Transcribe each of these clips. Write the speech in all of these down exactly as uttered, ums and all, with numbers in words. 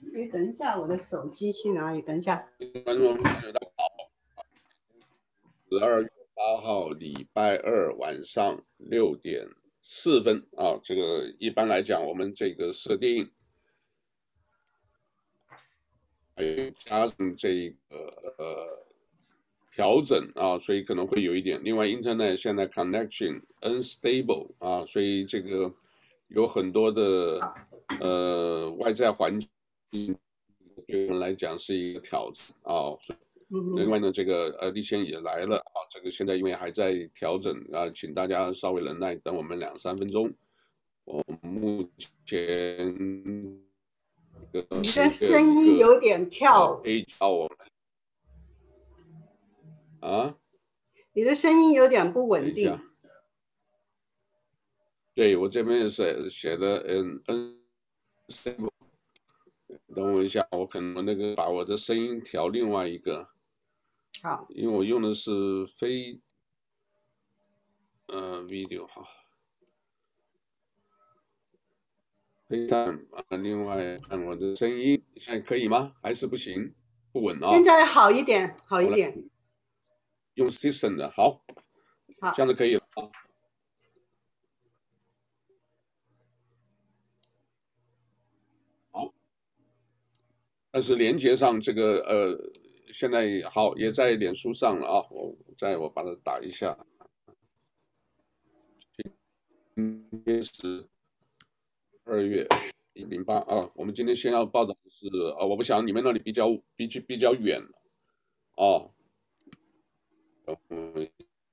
你等一下，我的手机去哪里？等一下。 观众朋友大家好，十二月八号礼拜二晚上六点四分啊，这个一般来讲，我们这个设定还有加上这个呃调整啊，所以可能会有一点。另外，Internet 现在 connection unstable 啊，所以这个有很多的呃外在环境对我们来讲是一个挑战啊。另外呢，这个呃立宪也来了啊，这个现在因为还在调整啊，请大家稍微忍耐，等我们两三分钟。我目前你的声音有点跳， 可以叫我们啊， 你的声音有点不稳定。 对，我这边也是写的嗯嗯，等我一下，我可能那个把我的声音调另外一个。 好， 因为我用的是非呃 video 哈，非但啊，另外看我的声音现在可以吗？还是不行，不稳啊。 现在好一点，好一点。 用 system 的，好， 好， 这样就可以了啊。好，但是连接上这个呃，现在好也在脸书上了啊，我再我把它打一下。今天是二月一零八啊，我们今天先要报道的是啊，我不想你们那里比较比较比较远哦。嗯，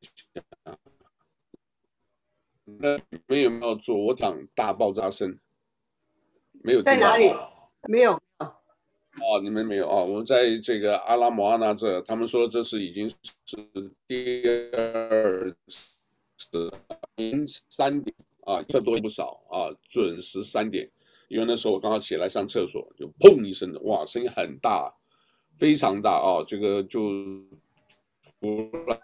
那你们有没有左躺大爆炸声？没有听到？ 在哪里？没有。 哦，你们没有哦。我们在这个阿拉莫阿纳这，他们说这是已经是第二次三点啊，一分多不少啊，准时三点。因为那时候我刚好起来上厕所，就砰一声的，哇，声音很大，非常大啊。这个就除了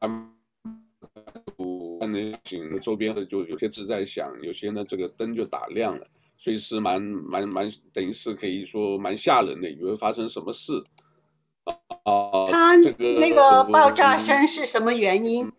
景周边的就有些字在响，有些呢这个灯就打亮了。所以是蛮蛮蛮，等于是可以说蛮吓人的，以为发生什么事啊？ 它这个那个爆炸声是什么原因？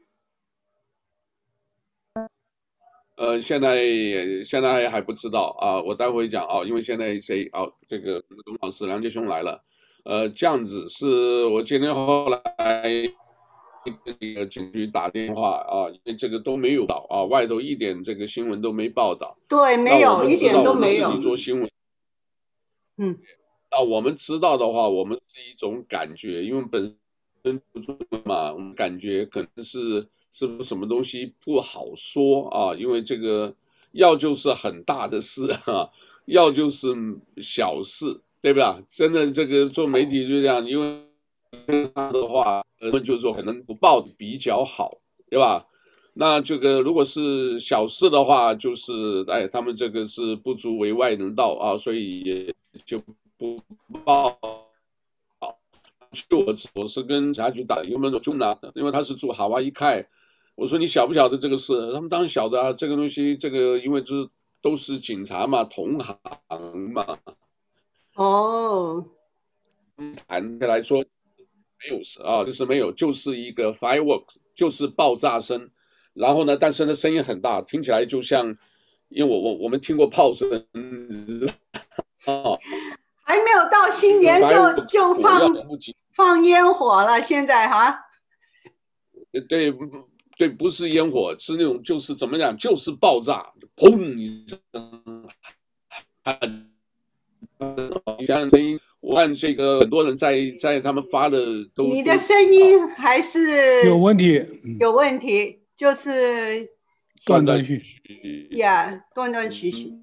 呃，现在现在还不知道啊，我待会讲啊，因为现在谁啊？这个董老师梁杰兄来了，呃，这样子是我今天后来跟那个警局打电话啊，因为这个都没有报啊，外头一点这个新闻都没报道。 对，没有，一点都没有。 我们自己做新闻， 嗯， 那我们知道的话，我们是一种感觉，因为本身不做嘛，我们感觉可能是是不是什么东西不好说啊？因为这个要就是很大的事啊，要就是小事，对吧？真的，这个做媒体就这样，因为他的话，呃，就是说可能不报比较好，对吧？那这个如果是小事的话，就是哎，他们这个是不足为外人道啊，所以也就不报。我我是跟警察局打，因为中拿，因为他是住哈瓦伊开，我说你晓不晓得这个事？他们当然晓得啊，这个东西，这个因为这都是警察嘛，同行嘛。 哦， 谈的来说没有事啊，就是没有，就是一个 fireworks，就是爆炸声。然后呢，但是呢，声音很大，听起来就像，因为我我我们听过炮声啊， 还没有到新年就就放放烟火了，现在哈。 对对，不是烟火，是那种就是怎么讲，就是爆炸，砰一声，你看声音。我看这个很多人在在他们发的都， 你的声音还是有问题， 有问题，就是断断续续， 呀，断断续续。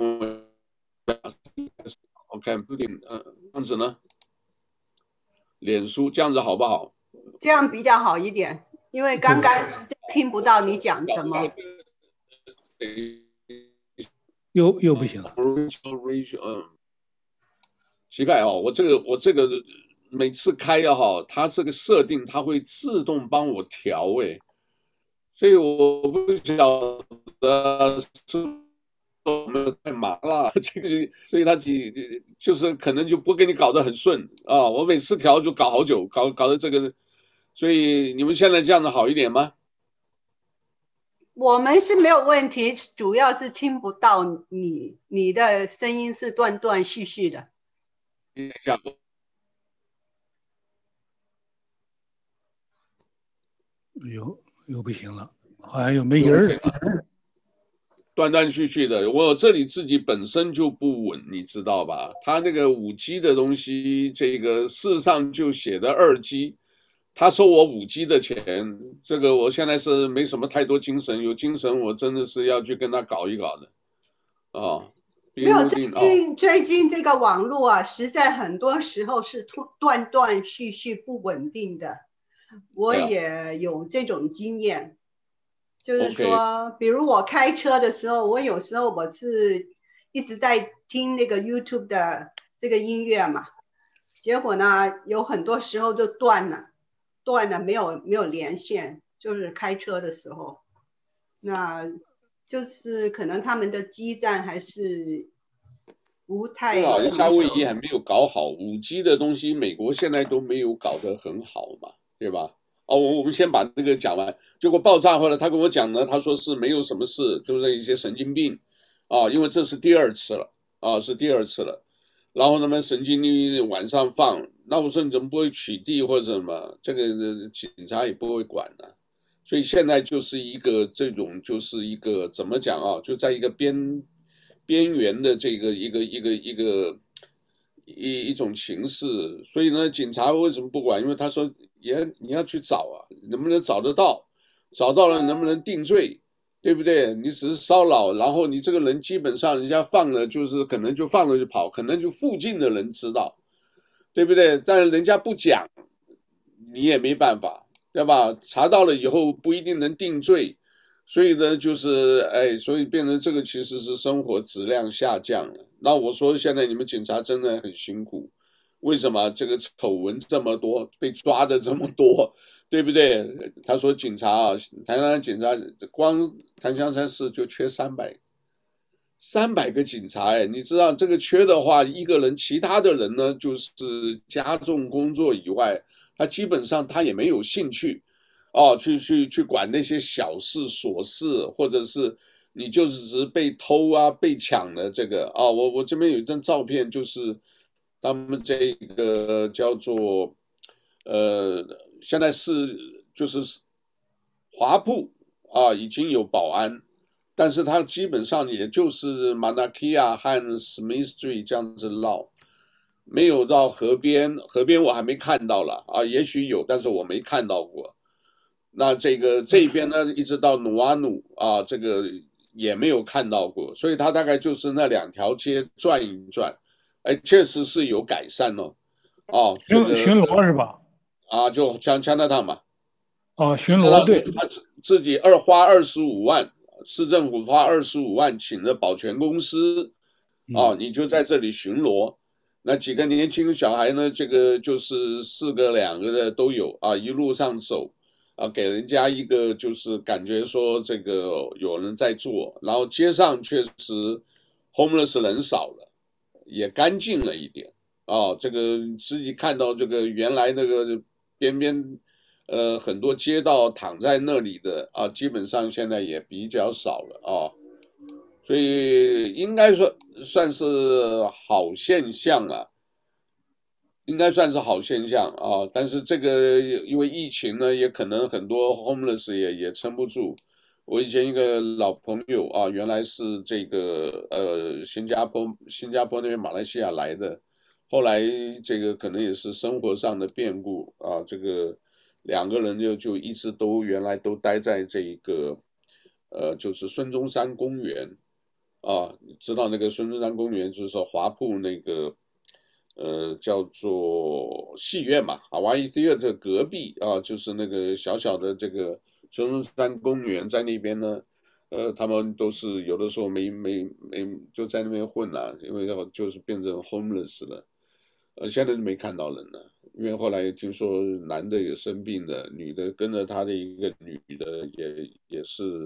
OK， 不点，呃，这样子呢？脸书这样子好不好？ 这样比较好一点，因为刚刚听不到你讲什么。 又又不行了。 嗯，奇怪哦，我这个我这个每次开啊哈，它这个设定它会自动帮我调哎，所以我不晓得是我们太忙了，这个所以他自己就是可能就不给你搞得很顺啊。我每次调就搞好久，搞搞的这个，所以你们现在这样的好一点吗？ 我们是没有问题，主要是听不到你，你的声音是断断续续的。 又又不行了，好像又没音儿了。 断断续续的，我这里自己本身就不稳，你知道吧？他那个五 G 的东西，这个事实上就写的二 G，他收我五 G 的钱，这个我现在是没什么太多精神，有精神我真的是要去跟他搞一搞的，啊。 没有，最近、哦、最近这个网络啊，实在很多时候是断断续续不稳定的，我也有这种经验。就是说， Okay. 比如我开车的时候，我有时候我是一直在听那个 YouTube 的这个音乐嘛，结果呢，有很多时候就断了，断了没有没有连线，就是开车的时候，那就是可能他们的基站还是不太成熟。 夏威夷还没有搞好五 G 的东西，美国现在都没有搞得很好嘛，对吧？哦，我我们先把这个讲完。结果爆炸后来，他跟我讲呢，他说是没有什么事，都是一些神经病啊，因为这是第二次了啊，是第二次了。然后他们神经病晚上放，那我说你怎么不会取缔或者什么？这个警察也不会管的、啊。所以现在就是一个这种，就是一个怎么讲啊？就在一个边边缘的这个一个一个一个一一种形式。所以呢，警察为什么不管？因为他说也你要去找啊，能不能找得到？找到了能不能定罪，对不对？你只是骚扰，然后你这个人基本上人家放了，就是可能就放了就跑，可能就附近的人知道，对不对？但是人家不讲，你也没办法，对吧？查到了以后不一定能定罪，所以呢，就是哎，所以变成这个其实是生活质量下降了。那我说现在你们警察真的很辛苦，为什么这个丑闻这么多，被抓的这么多？对不对？他说警察啊，台南警察光檀香山市就缺三百，三百个警察哎，你知道这个缺的话，一个人，其他的人呢，就是加重工作以外，他基本上他也没有兴趣，哦，去去去管那些小事琐事，或者是你就是只是被偷啊、被抢的这个啊、哦，我我这边有一张照片，就是他们这个叫做呃。现在是就是华埠啊，已经有保安，但是它基本上也就是马纳基亚和 Smith Street 这样子绕，没有到河边。河边我还没看到了啊，也许有，但是我没看到过。那这个这边呢，一直到努阿努啊，这个也没有看到过，所以它大概就是那两条街转一转，哎，确实是有改善哦。哦， 巡、这个、巡逻是吧？ 啊，就像加拿大嘛。 哦，巡逻对， 他自自己二花二十五万，市政府花二十五万请了保全公司，啊，你就在这里巡逻。那几个年轻小孩呢？这个就是四个两个的都有啊，一路上走，啊，给人家一个就是感觉说这个有人在做，然后街上确实 homeless 人少了，也干净了一点啊。这个自己看到这个原来那个边边。呃，很多街道躺在那里的啊，基本上现在也比较少了啊，所以应该说算是好现象了，应该算是好现象啊。但是这个因为疫情呢，也可能很多 homeless 也也撑不住。我以前一个老朋友啊，原来是这个呃新加坡新加坡那边马来西亚来的，后来这个可能也是生活上的变故啊，这个。两个人就就一直都原来都待在这一个，呃，就是孙中山公园啊，知道那个孙中山公园就是说华埠那个，呃，叫做戏院嘛，啊，华裔戏院这隔壁啊，就是那个小小的这个孙中山公园在那边呢，呃，他们都是有的时候没没没就在那边混了，因为就是变成 homeless 了，呃，现在就没看到人了。因为后来听说男的也生病了，女的跟着他的一个女的也也是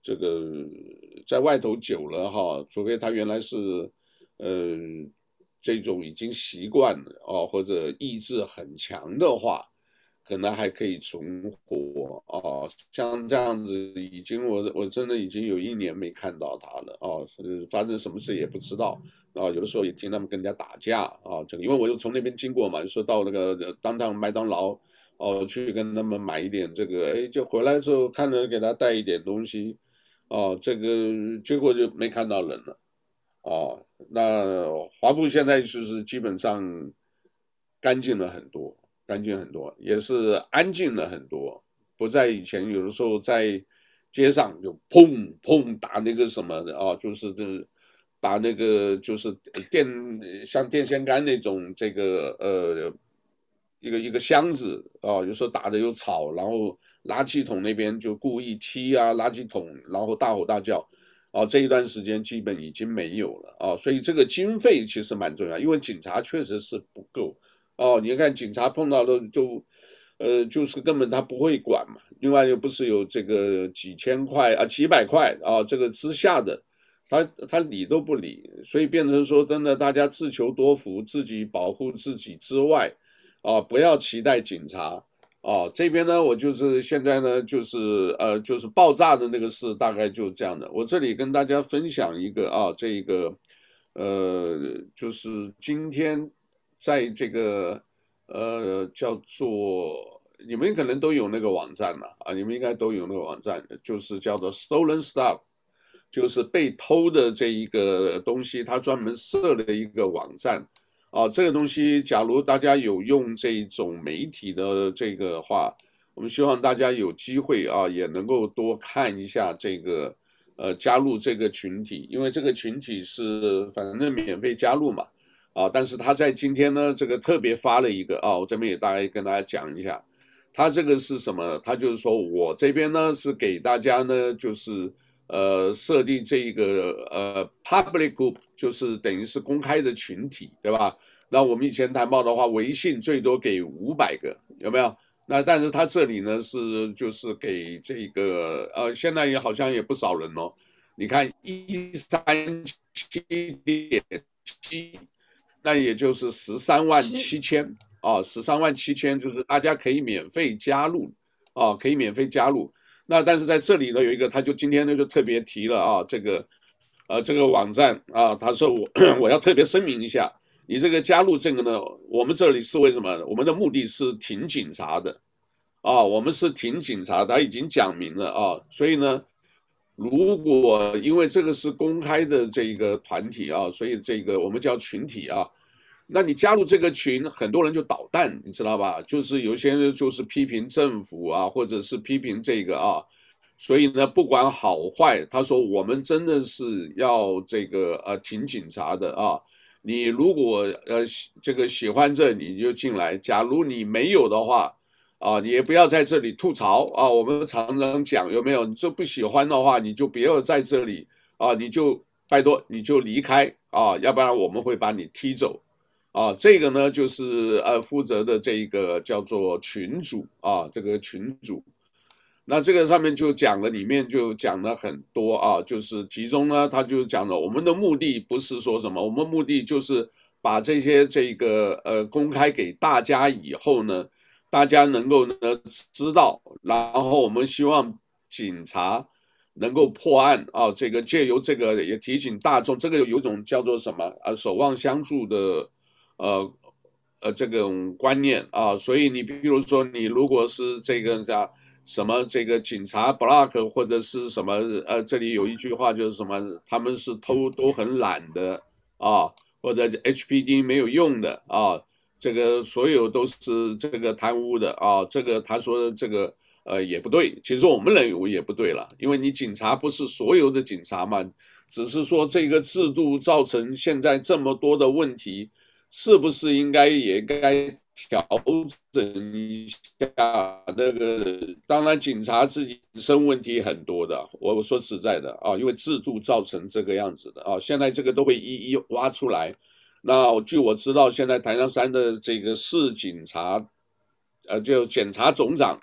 这个在外头久了哈，除非他原来是呃这种已经习惯了哦，或者意志很强的话，可能还可以存活哦。像这样子，已经我我真的已经有一年没看到他了哦，是发生什么事也不知道。啊，有的时候也听他们跟人家打架啊，这个因为我又从那边经过嘛，就说到那个当趟麦当劳。哦，去跟他们买一点这个，哎，就回来之后看着给他带一点东西，哦，这个结果就没看到人了，哦，那华埠现在就是基本上干净了很多，干净很多，也是安静了很多，不在以前有的时候在街上就砰砰打那个什么的啊，就是这打那个就是电像电线杆那种这个呃。一个一个箱子啊，有时候打的有吵，然后垃圾桶那边就故意踢啊垃圾桶，然后大吼大叫，啊，这一段时间基本已经没有了啊，所以这个经费其实蛮重要，因为警察确实是不够哦，你看警察碰到的就，呃，就是根本他不会管嘛，另外又不是有这个几千块啊几百块啊这个之下的。他他理都不理，所以变成说真的，大家自求多福，自己保护自己之外。啊，不要期待警察啊！这边呢，我就是现在呢，就是呃，就是爆炸的那个事，大概就是这样的。我这里跟大家分享一个啊，这个呃，就是今天在这个呃叫做你们可能都有那个网站嘛啊，你们应该都有那个网站，就是叫做 Stolen Stuff， 就是被偷的这一个东西，它专门设了一个网站。啊，这个东西，假如大家有用这种媒体的这个话，我们希望大家有机会啊，也能够多看一下这个，呃，加入这个群体，因为这个群体是反正免费加入嘛，啊，但是他在今天呢，这个特别发了一个啊，我这边也大概跟大家讲一下，他这个是什么？他就是说我这边呢是给大家呢就是。呃，设定这一个呃 public group， 就是等于是公开的群体，对吧？那我们以前谈报的话，微信最多给五百个，有没有？那但是他这里呢是就是给这个呃，现在也好像也不少人哦。你看一三七点七，那也就是十三万七千啊，十三万七千就是大家可以免费加入啊，可以免费加入。那但是在这里呢，有一个，他就今天呢就特别提了啊，这个，呃，这个网站啊，他说我我要特别声明一下，你这个加入这个呢，我们这里是为什么？我们的目的是挺警察的，啊，我们是挺警察，他已经讲明了啊，所以呢，如果因为这个是公开的这个团体啊，所以这个我们叫群体啊。那你加入这个群，很多人就捣蛋，你知道吧？就是有些人就是批评政府啊，或者是批评这个啊，所以呢，不管好坏，他说我们真的是要这个呃挺警察的啊。你如果呃这个喜欢这，你就进来；假如你没有的话，啊，你也不要在这里吐槽啊。我们常常讲有没有？你这不喜欢的话，你就不要在这里啊，你就拜托你就离开啊，要不然我们会把你踢走。啊，这个呢就是呃负责的这个叫做群主啊，这个群主，那这个上面就讲了，里面就讲了很多啊，就是其中呢，他就讲了我们的目的不是说什么，我们目的就是把这些这个呃公开给大家以后呢，大家能够呢知道，然后我们希望警察能够破案啊，这个借由这个也提醒大众，这个有一种叫做什么啊，守望相助的。呃呃，这种观念啊，所以你比如说，你如果是这个叫什么这个警察 block 或者是什么呃，这里有一句话就是什么，他们是偷都很懒的啊，或者 H P D 没有用的啊，这个所有都是这个贪污的啊，这个他说这个呃也不对，其实我们认为也不对了，因为你警察不是所有的警察嘛，只是说这个制度造成现在这么多的问题。是不是应该也该调整一下那个？当然，警察自己本身问题很多的。我说实在的啊，因为制度造成这个样子的啊，现在这个都会一一挖出来。那据我知道，现在台江山的这个市警察，呃，就检察总长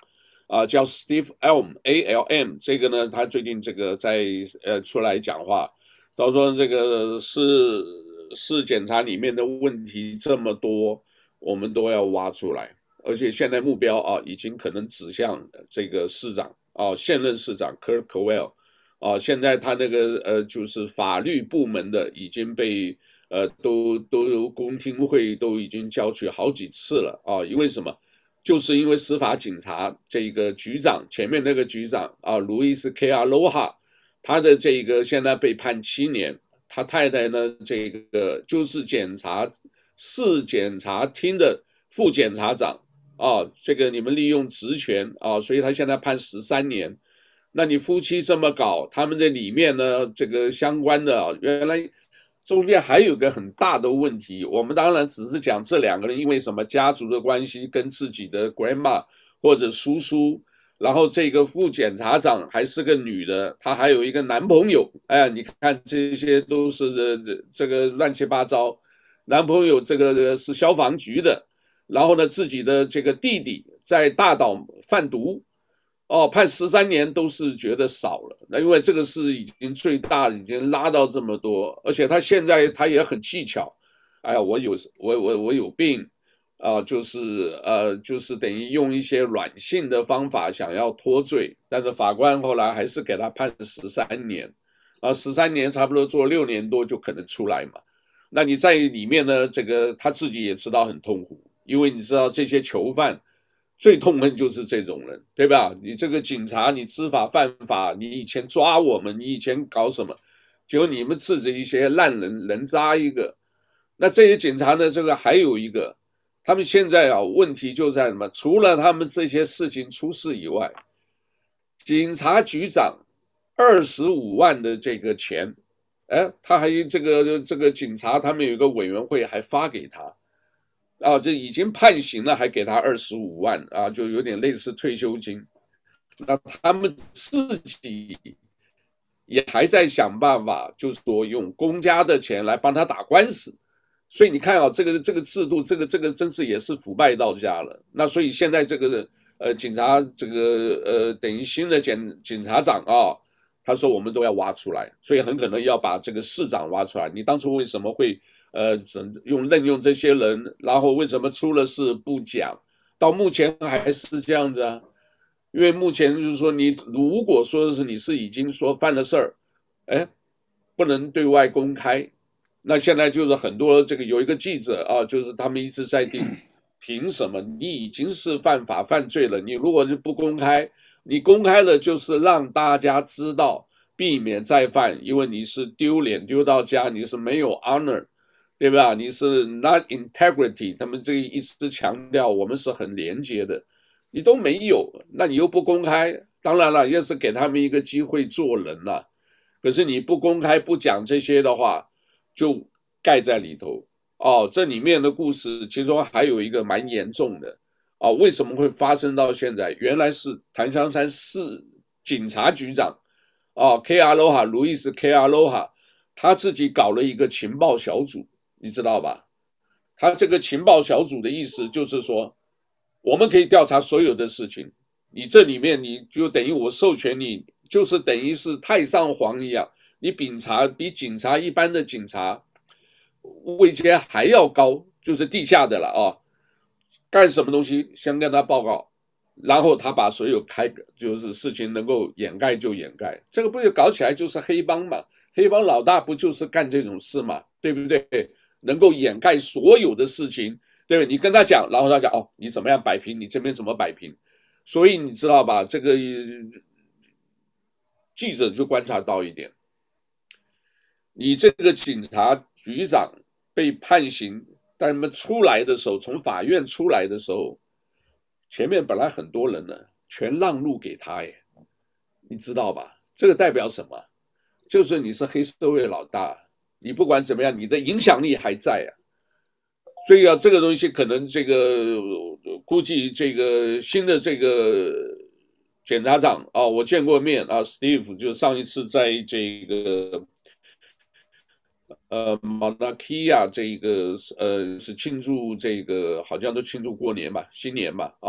啊，叫 Steve Alm A L M， 这个呢，他最近这个在呃出来讲话，他说这个市市检察里面的问题这么多，我们都要挖出来，而且现在目标啊，已经可能指向这个市长啊，现任市长 Kurt Cowell 啊，现在他那个呃就是法律部门的已经被呃都都公听会都已经叫去好几次了啊，因为什么？就是因为司法警察这个局长前面那个局长啊，路易斯 K. Aloha， 他的这个现在被判七年，他太太呢，这个就是检察市检察厅的副检察长啊，这个你们利用职权啊，所以他现在判十三年。那你夫妻这么搞，他们这里面呢，这个相关的原来。中间还有个很大的问题，我们当然只是讲这两个人因为什么家族的关系，跟自己的 grandma 或者叔叔，然后这个副检察长还是个女的，她还有一个男朋友，哎，你看这些都是这这个乱七八糟，男朋友这个是消防局的，然后呢自己的这个弟弟在大岛贩毒。哦，判十三年都是觉得少了，那因为这个是已经最大，已经拉到这么多，而且他现在他也很技巧，哎呀，我有我我我有病啊、呃，就是呃就是等于用一些软性的方法想要脱罪，但是法官后来还是给他判十三年，啊，十三年差不多做六年多就可能出来嘛，那你在里面呢，这个他自己也知道很痛苦，因为你知道这些囚犯。最痛恨就是这种人，对吧？你这个警察，你知法犯法，你以前抓我们，你以前搞什么？结果你们治着一些烂人，人渣一个。那这些警察呢？这个还有一个，他们现在啊，问题就在什么？除了他们这些事情出事以外，警察局长二十五万的这个钱，哎，他还这个这个警察，他们有一个委员会还发给他。啊，这已经判刑了，还给他二十五万啊，就有点类似退休金。那他们自己也还在想办法，就是说用公家的钱来帮他打官司。所以你看啊，这个这个制度，这个这个真是也是腐败到家了。那所以现在这个呃警察这个呃等于新的检警察长啊，他说我们都要挖出来，所以很可能要把这个市长挖出来。你当初为什么会？呃，用任用这些人，然后为什么出了事不讲？到目前还是这样子啊？因为目前就是说，你如果说是你是已经说犯了事儿，哎，不能对外公开。那现在就是很多这个有一个记者啊，就是他们一直在定，凭什么你已经是犯法犯罪了？你如果是不公开，你公开了就是让大家知道，避免再犯，因为你是丢脸丢到家，你是没有 honor。对吧？你是 not integrity， 他们这个一直强调我们是很廉洁的，你都没有，那你又不公开，当然了，也是给他们一个机会做人了。可是你不公开不讲这些的话，就盖在里头。哦，这里面的故事其中还有一个蛮严重的哦，为什么会发生到现在？原来是檀香山市警察局长哦 ，K. Aloha， 路易斯 K. Aloha， 他自己搞了一个情报小组。你知道吧？他这个情报小组的意思就是说，我们可以调查所有的事情，你这里面你就等于我授权你，就是等于是太上皇一样，你警察比警察一般的警察位阶还要高，就是地下的了啊。干什么东西先跟他报告，然后他把所有开就是事情能够掩盖就掩盖，这个不就搞起来就是黑帮嘛？黑帮老大不就是干这种事嘛？对不对？能够掩盖所有的事情，对不对？你跟他讲，然后他讲哦，你怎么样摆平？你这边怎么摆平？所以你知道吧？这个记者就观察到一点，你这个警察局长被判刑，但他们出来的时候，从法院出来的时候，前面本来很多人呢，全让路给他耶，你知道吧？这个代表什么？就是你是黑社会老大。你不管怎么样，你的影响力还在啊，所以啊，这个东西可能这个估计这个新的这个检察长啊，我见过面啊 ，Steve 就上一次在这个呃马纳基亚这个呃是庆祝这个好像都庆祝过年吧，新年嘛啊，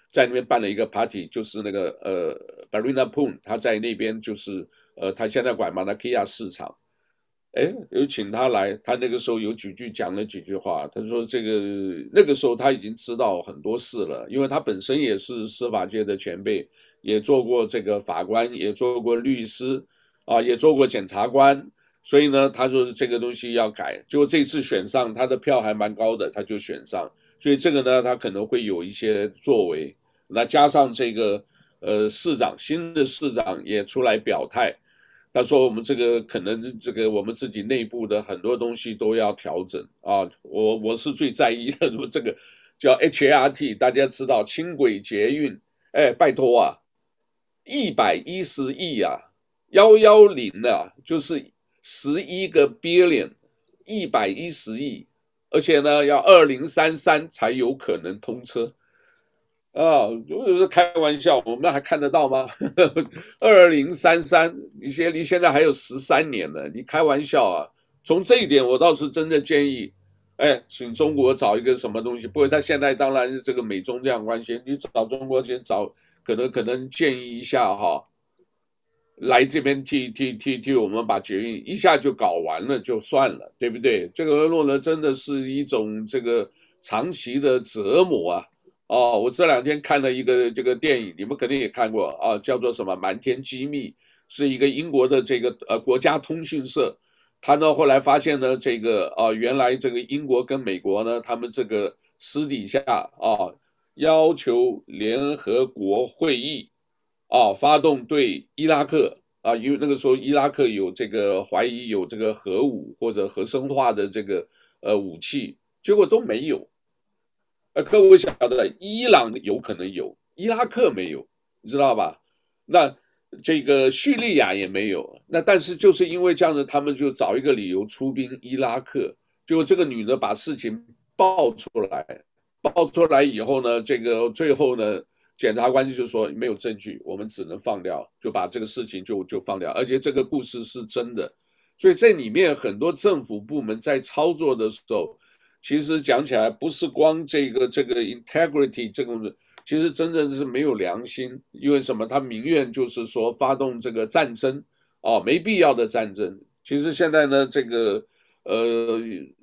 在那边办了一个 party， 就是那个呃 Barina Poon， 他在那边就是呃他现在管马拉基亚市场，哎，有请他来，他那个时候有几句讲了几句话，他说这个那个时候他已经知道很多事了，因为他本身也是司法界的前辈，也做过这个法官，也做过律师啊，也做过检察官。所以呢，他说这个东西要改，结果这次选上，他的票还蛮高的，他就选上。所以这个呢，他可能会有一些作为。那加上这个呃市长，新的市长也出来表态，他说我们这个可能这个我们自己内部的很多东西都要调整啊。我我是最在意的，这个叫 H A R T， 大家知道轻轨捷运，哎，拜托啊，一百一十亿啊，一一零啊，就是十一个 billion， 一百一十亿，而且呢，要二零三三才有可能通车啊！就是开玩笑，我们还看得到吗？二零三三，你现离现在还有十三年呢，你开玩笑啊！从这一点，我倒是真的建议，哎，请中国找一个什么东西。不过他现在当然是这个美中这样关系，你找中国先找，可能可能建议一下哈。来这边替替替替我们把捷运一下就搞完了就算了，对不对？这个俄罗呢，真的是一种这个长期的折磨啊！哦，我这两天看了一个这个电影，你们肯定也看过啊，叫做什么《瞒天机密》，是一个英国的这个呃国家通讯社，他呢后来发现呢，这个啊原来这个英国跟美国呢，他们这个私底下啊要求联合国会议。啊，发动对伊拉克啊，因为那个时候伊拉克有这个怀疑有这个核武或者核生化的这个呃武器，结果都没有。呃，各位晓得，伊朗有可能有，伊拉克没有，你知道吧？那这个叙利亚也没有。那但是就是因为这样子，他们就找一个理由出兵伊拉克。结果这个女的把事情爆出来，爆出来以后呢，这个最后呢。检察官就说没有证据，我们只能放掉，就把这个事情就就放掉，而且这个故事是真的，所以在里面很多政府部门在操作的时候，其实讲起来不是光这个这个 integrity 这种，其实真正是没有良心，因为什么？他民愿就是说发动这个战争哦，没必要的战争。其实现在呢，这个呃，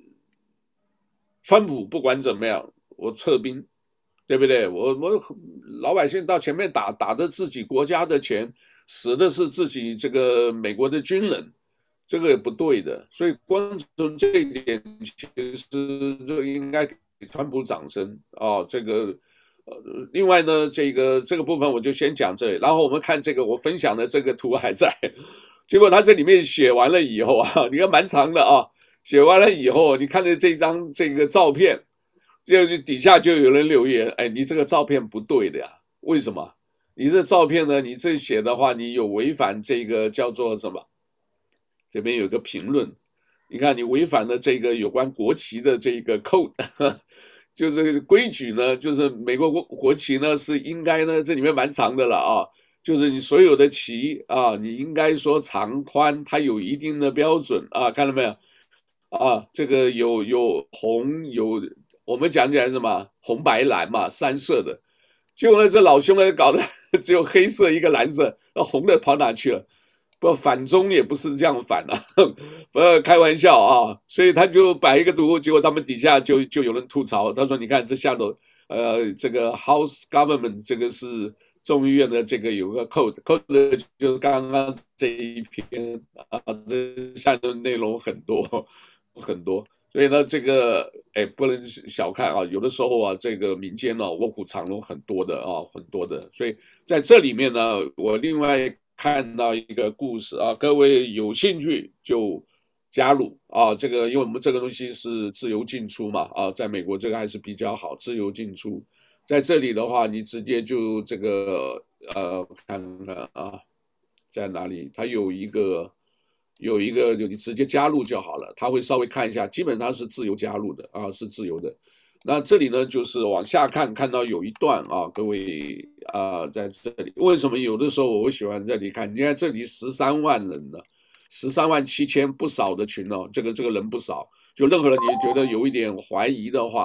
川普不管怎么样，我撤兵。对不对？我我老百姓到前面打打的自己国家的钱，死的是自己这个美国的军人，这个也不对的。所以光从这一点，其实就应该给川普掌声啊、哦。这个呃，另外呢，这个这个部分我就先讲这里，然后我们看这个我分享的这个图还在，结果他这里面写完了以后啊，你看蛮长的啊，写完了以后，你看的这张这个照片。就底下就有人留言，哎，你这个照片不对的呀？为什么？你这照片呢？你这写的话，你有违反这个叫做什么？这边有个评论，你看你违反了这个有关国旗的这个 code， 就是规矩呢，就是美国国国旗呢是应该呢，这里面蛮长的了啊，就是你所有的旗啊，你应该说长宽它有一定的标准啊，看到没有？啊，这个有有红有。我们讲起来是什么红白蓝嘛，三色的，结果呢，这老兄呢搞的只有黑色一个蓝色，那红的跑哪去了？不反中也不是这样反啊，不要开玩笑啊！所以他就摆一个图，结果他们底下就就有人吐槽，他说：“你看这下头，呃，这个 House Government 这个是众议院的这个有个 code，code 就是刚刚这一篇啊，这下的内容很多很多。”所以呢，这个哎，不能小看啊，有的时候啊，这个民间呢、啊，卧虎藏龙很多的啊，很多的。所以在这里面呢，我另外看到一个故事啊，各位有兴趣就加入啊。这个因为我们这个东西是自由进出嘛啊，在美国这个还是比较好，自由进出。在这里的话，你直接就这个呃，看看啊，在哪里？它有一个。有一个就你直接加入就好了，他会稍微看一下，基本上是自由加入的啊，是自由的。那这里呢，就是往下看，看到有一段啊，各位啊，在这里为什么有的时候我会喜欢这里看？你看这里十三万人呢，十三万七千不少的群哦，这个这个人不少。就任何人你觉得有一点怀疑的话，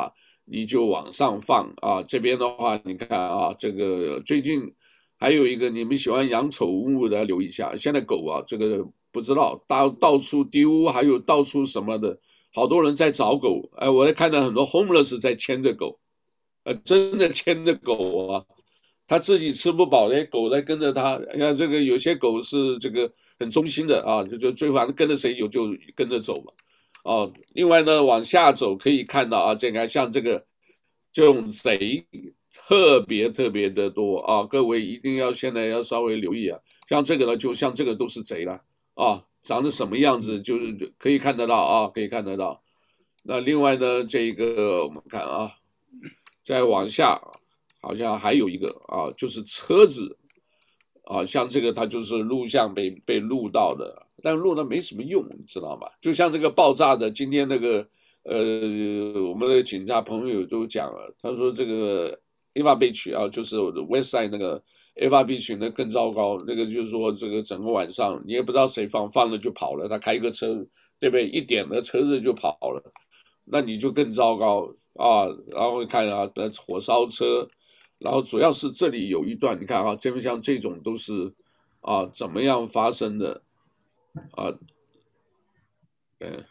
你就往上放啊。这边的话，你看啊，这个最近还有一个你们喜欢养宠物的，留意一下。现在狗啊，这个不知道到到处丢，还有到处什么的，好多人在找狗。哎，我也看到很多 homeless 在牵着狗，呃，真的牵着狗啊。他自己吃不饱，那狗在跟着他。你看这个有些狗是这个很忠心的啊，就就最反正跟着谁有就跟着走嘛。哦，另外呢，往下走可以看到啊，这个像这个这种贼特别特别的多啊，各位一定要现在要稍微留意啊。像这个呢，就像这个都是贼了啊，长得什么样子就是可以看得到啊，可以看得到。那另外呢，这个我们看啊，再往下。好像还有一个啊，就是车子啊，像这个它就是录像被被录到的，但录的没什么用，你知道吗？就像这个爆炸的，今天那个呃，我们的警察朋友都讲了，他说这个 Ava Beach 啊，就是 West Side 那个 Ava Beach 那更糟糕，那个就是说这个整个晚上你也不知道谁放，放了就跑了，他开一个车，对不对？一点的车子就跑了，那你就更糟糕啊。然后看啊，火烧车。然后主要是这里有一段，你看啊，这边像这种都是啊怎么样发生的啊？嗯，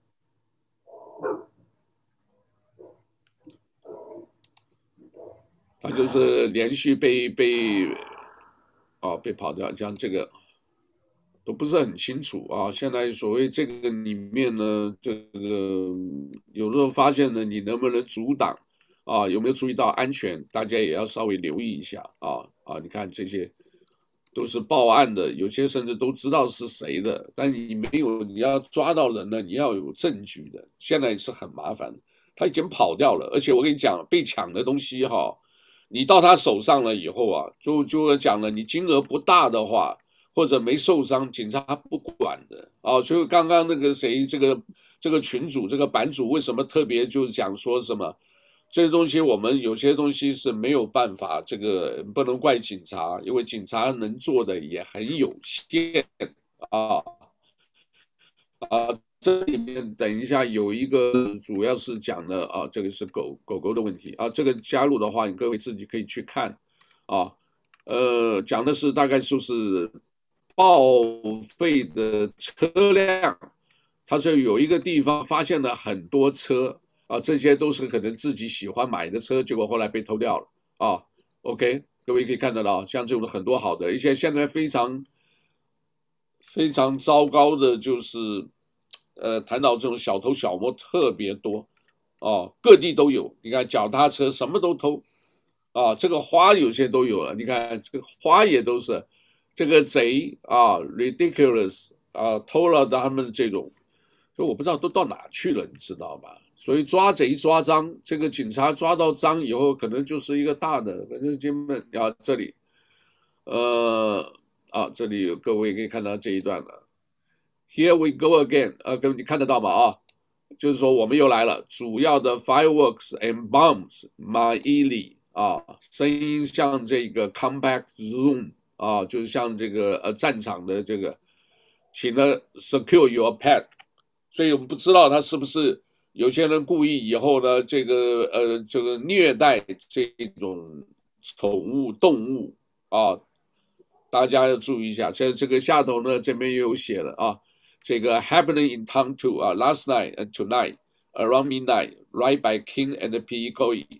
他就是连续被被啊被跑掉，像这个都不是很清楚啊。现在所谓这个里面呢，这个有时候发现呢，你能不能阻挡？啊，有没有注意到安全？大家也要稍微留意一下啊啊！你看这些都是报案的，有些甚至都知道是谁的，但你没有，你要抓到人呢，你要有证据的。现在是很麻烦，他已经跑掉了，而且我跟你讲，被抢的东西哈，你到他手上了以后啊，就就讲了，你金额不大的话，或者没受伤，警察不管的啊。所以刚刚那个谁，这个这个群主，这个版主为什么特别就是讲说什么？这些东西我们有些东西是没有办法，这个不能怪警察，因为警察能做的也很有限啊啊！这里面等一下有一个主要是讲的啊，这个是狗狗狗的问题啊，这个加入的话，你各位自己可以去看啊，呃，讲的是大概就是报废的车辆，它这有一个地方发现了很多车。啊，这些都是可能自己喜欢买的车，结果后来被偷掉了啊。OK， 各位可以看得到，像这种很多好的，一些现在非常非常糟糕的，就是呃，谈到这种小偷小摸特别多哦，各地都有。你看脚踏车什么都偷啊，这个花有些都有了。你看这个花也都是这个贼啊 ，ridiculous 啊，偷了他们这种。所以我不知道都到哪去了，你知道吧？所以抓贼抓赃，这个警察抓到赃以后，可能就是一个大的，反正基本啊这里，呃啊这里有各位可以看到这一段了。Here we go again， 呃，各位你看得到吗？啊，就是说我们又来了，主要的 fireworks and bombs， 马伊里啊，声音像这个 compact zoom 啊，就是像这个呃战场的这个，请了 secure your pet。所以我们不知道他是不是有些人故意以后呢，这个呃这个虐待这种宠物动物啊，大家要注意一下。在这个下头呢，这边也有写了啊，这个 happening in town too 啊 ，last night and tonight around midnight right by King and P.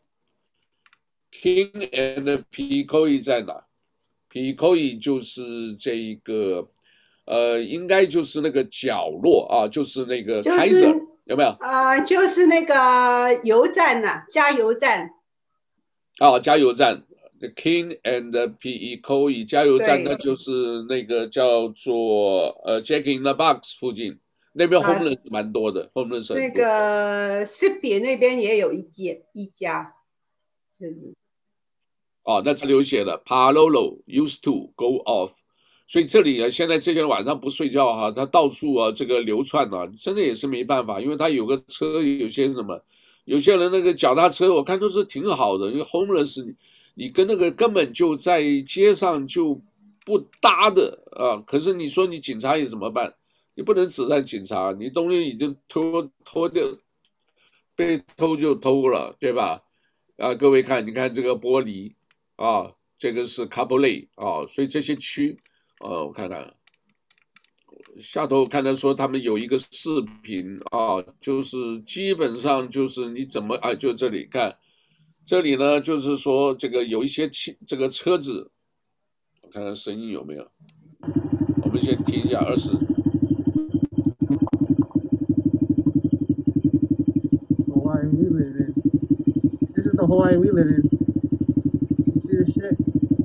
Koi。King and P. Koi 在哪 ？P. Koi 就是这个。呃，应该就是那个角落啊，就是那个 Kaiser、就是、有没有？ 啊、呃，就是那个油站呐、啊，加油站。 啊，加油站 ，The King and P E Koi 加油站，那就是那个叫做呃 Jack in the Box 附近，那边 homeless 蛮多的、啊、，homeless 那个 Sippy 那边也有一间一家，就是。 哦，那这里有写的 Palolo used to go off。所以这里呢，现在这些人晚上不睡觉哈、啊，他到处啊这个流窜啊，真的也是没办法，因为他有个车，有些什么，有些人那个脚踏车，我看都是挺好的，因为 homeless 你你跟那个根本就在街上就不搭的啊。可是你说你警察也怎么办？你不能指认警察，你东西已经拖拖掉被偷就偷了，对吧？啊，各位看，你看这个玻璃啊，这个是 Capole 啊，所以这些区，呃，我看看。下头看到说他们有一个视频啊，就是基本上就是你怎么啊，就这里看，这里呢就是说这个有一些汽这个车子，我看看声音有没有，我们先听一下二十。 Hawaii we live in. This is the Hawaii we live in. You see this shit?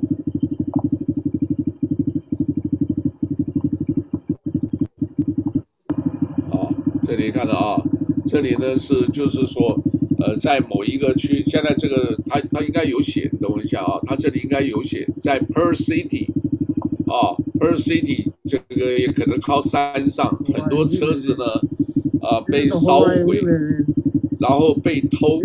这里看到啊，这里呢是就是说，呃，在某一个区，现在这个它它应该有写，等我一下啊，它这里应该有写，在 Per City， 啊 ，Per City 这个也可能靠山上，很多车子呢，啊、呃、被烧毁，然后被偷，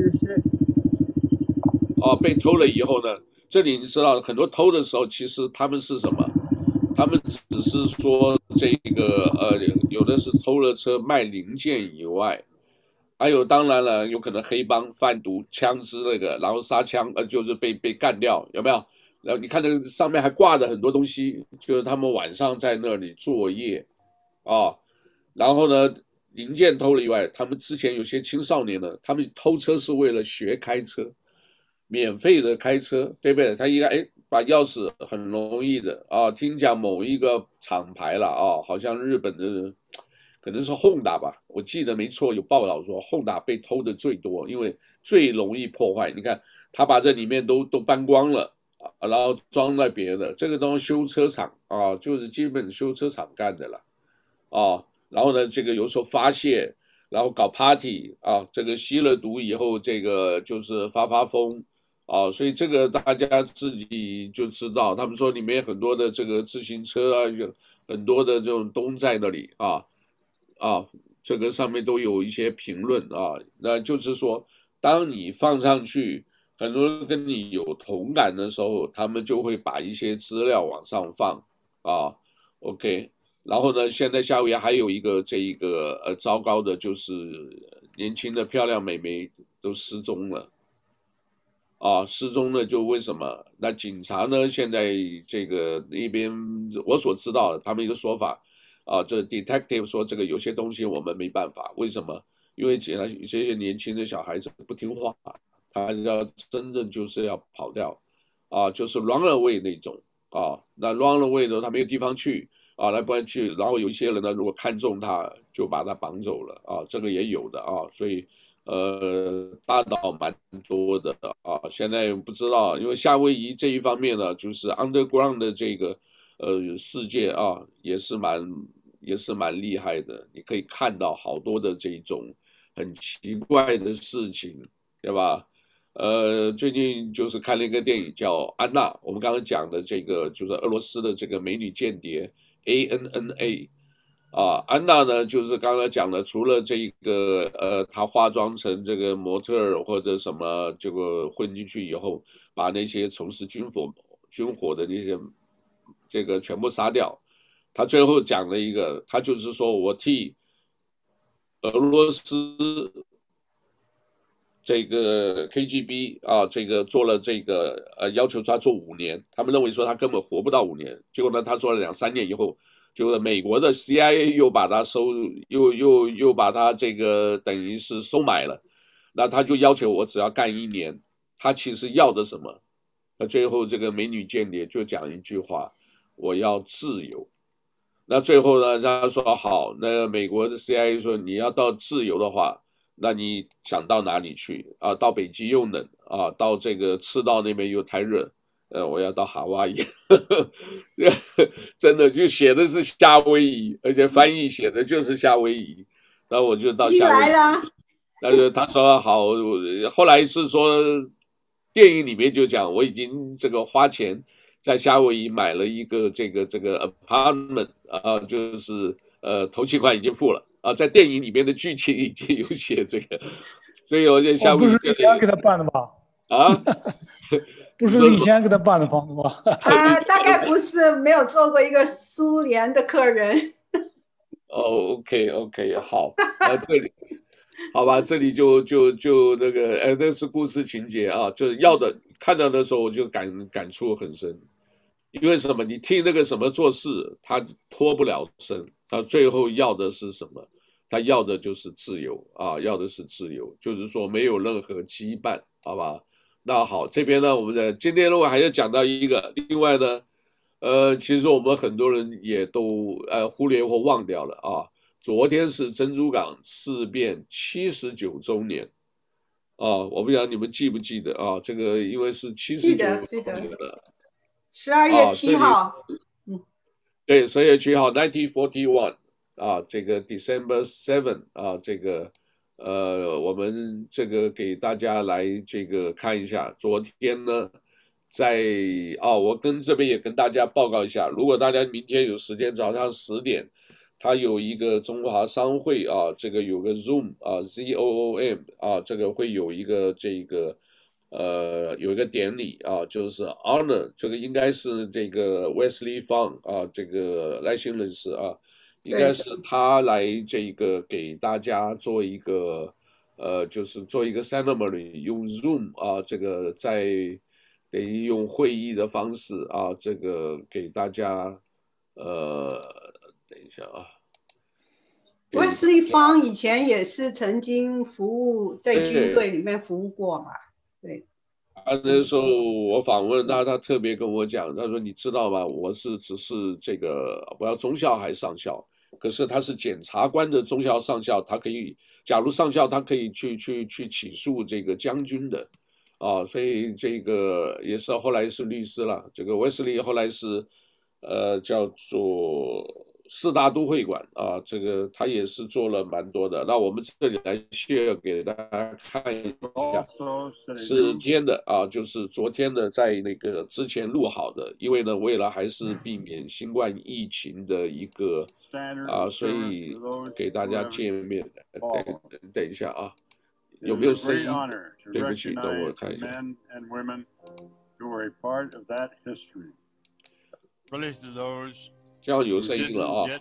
啊、被偷了以后呢，这里你知道很多偷的时候，其实他们是什么？他们只是说这个呃，有的是偷了车卖零件以外，还有当然了，有可能黑帮贩毒、枪支那个，然后杀枪，呃，就是被被干掉，有没有？然后你看那个上面还挂着很多东西，就是他们晚上在那里作业，啊，然后呢，零件偷了以外，他们之前有些青少年呢，他们偷车是为了学开车，免费的开车，对不对？他应该哎。把钥匙很容易的啊，听讲某一个厂牌了啊，好像日本的可能是 Honda 吧，我记得没错，有报道说 Honda 被偷的最多，因为最容易破坏。你看他把这里面都都搬光了啊，然后装在别的，这个东西修车厂啊，就是基本修车厂干的了啊。然后呢，这个有时候发泄，然后搞 party 啊，这个吸了毒以后，这个就是发发疯。啊，所以这个大家自己就知道，他们说里面很多的这个自行车啊，有很多的这种东在那里啊啊，这个上面都有一些评论啊，那就是说，当你放上去，很多人跟你有同感的时候，他们就会把一些资料往上放啊 ，OK， 然后呢，现在夏威夷还有一个这一个呃糟糕的就是年轻的漂亮美眉都失踪了。啊，失踪了就为什么？那警察呢？现在这个那边我所知道的，他们一个说法啊，这 detective 说这个有些东西我们没办法，为什么？因为这这些年轻的小孩子不听话，他要真正就是要跑掉啊，就是 run away 那种啊，那 run away 呢，他没有地方去啊，来不然去，然后有一些人呢，如果看中他，就把他绑走了啊，这个也有的啊，所以。呃，大岛蛮多的啊，现在不知道，因为夏威夷这一方面呢，就是 underground 的这个呃世界啊，也是蛮也是蛮厉害的。你可以看到好多的这种很奇怪的事情，对吧？呃，最近就是看了一个电影叫《安娜》，我们刚刚讲的这个就是俄罗斯的这个美女间谍 A N N A。啊，安娜呢，就是刚才讲的，除了这个，呃，她化妆成这个模特儿或者什么，这个混进去以后，把那些从事军火、军火的那些这个全部杀掉。她最后讲了一个，她就是说我替俄罗斯这个 K G B 啊，这个做了这个，呃，要求他做五年，他们认为说他根本活不到五年，结果呢，他做了两三年以后。就是美国的 C I A 又把他收，又又又把他这个等于是收买了，那他就要求我只要干一年，他其实要的什么？那最后这个美女间谍就讲一句话：我要自由。那最后呢，他说好，那美国的 C I A 说你要到自由的话，那你想到哪里去啊？到北极又冷啊，到这个赤道那边又太热。呃，我要到夏威夷，真的就写的是夏威夷，而且翻译写的就是夏威夷，那我就到夏威夷。那就他说好，后来是说电影里面就讲我已经这个花钱在夏威夷买了一个这个这个 apartment 啊，就是呃头期款已经付了啊，在电影里面的剧情已经有写这个，所以我就夏威夷、 哦、不是以前给他办的吧？ 啊。 不是以前给他办的房子吗？ 啊，大概不是，没有做过一个苏联的客人。 哦 ，OK OK， 好，那这里好吧，这里就就就那个，呃，那是故事情节啊，就是要的，看到的时候我就感感触很深，因为什么？你替那个什么做事，他脱不了身，他最后要的是什么？他要的就是自由啊，要的是自由，就是说没有任何羁绊，好吧？那好，这边呢，我们的今天呢，我还要讲到一个，另外呢，呃，其实我们很多人也都呃忽略或忘掉了啊。昨天是珍珠港事变七十九周年啊，我不知道你们记不记得啊？这个因为是七十九周年的， 十二月七号， 嗯，对，十二月七号 ，nineteen forty one 啊，这个 December seven 啊，这个呃，我们这个给大家来这个看一下，昨天呢，在啊，我跟这边也跟大家报告一下，如果大家明天有时间，早上十点。它有一个中华商会啊，这个有个 Zoom 啊 ，Z O O M 啊，这个会有一个这个呃有一个典礼啊，就是 honor 这个应该是这个 Wesley Fang 啊，这个赖幸人士啊，应该是他来这个给大家做一个呃，就是做一个 ceremony， 用 Zoom 啊，这个在等于用会议的方式啊，这个给大家呃。等一下啊 ，Wesley Fang 以前也是曾经服务在军队里面服务过嘛，对。 啊，那时候我访问他，他特别跟我讲，他说：“你知道吗？我是只是这个我要中校还上校，可是他是检察官的中校上校，他可以，假如上校他可以去去去起诉这个将军的，啊，所以这个也是后来是律师了。这个 Wesley 后来是呃叫做。”四大都会馆啊，这个他也是做了蛮多的。那我们这里来 share 给大家看一下，是今天的啊，就是昨天的在那个之前录好的，因为呢，为了还是避免新冠疫情的一个啊，所以给大家见面。等等一下啊，有没有声音？对不起，等我看一下。这样有声音了啊！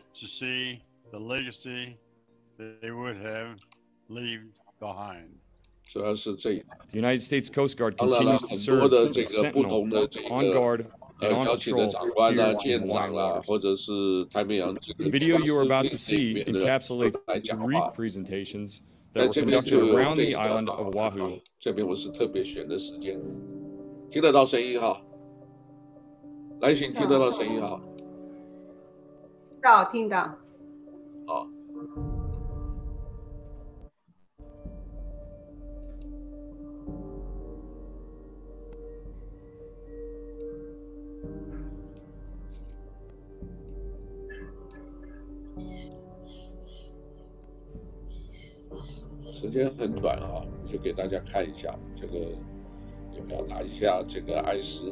主要是这个。 The United States Coast Guard continues to serve as a sentinel, on guard, and on patrol here on Hawaiian waters. The video you are about to see encapsulates reef presentations that were conducted around the island of Oahu. 这边我是特别选的时间，听得到声音哈？来信听得到声音哈？ 到听到。 好。时间很短啊，就给大家看一下这个，也表达一下这个哀思。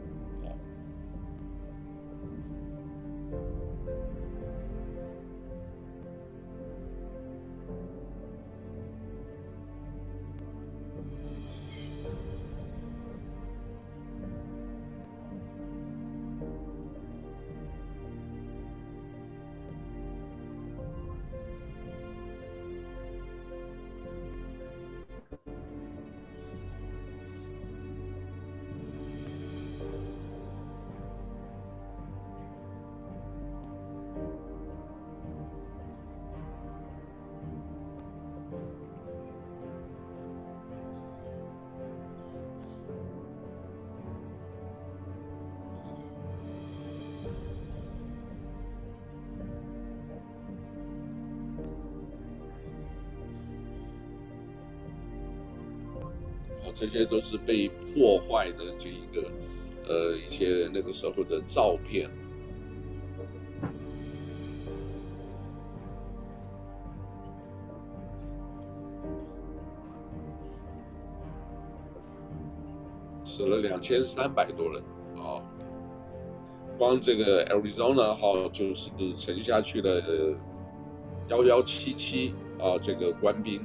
这些都是被破坏的这一个呃一些那个时候的照片。死了两千三百多人啊！光这个 Arizona 号就是沉下去了幺幺七七啊，这个官兵。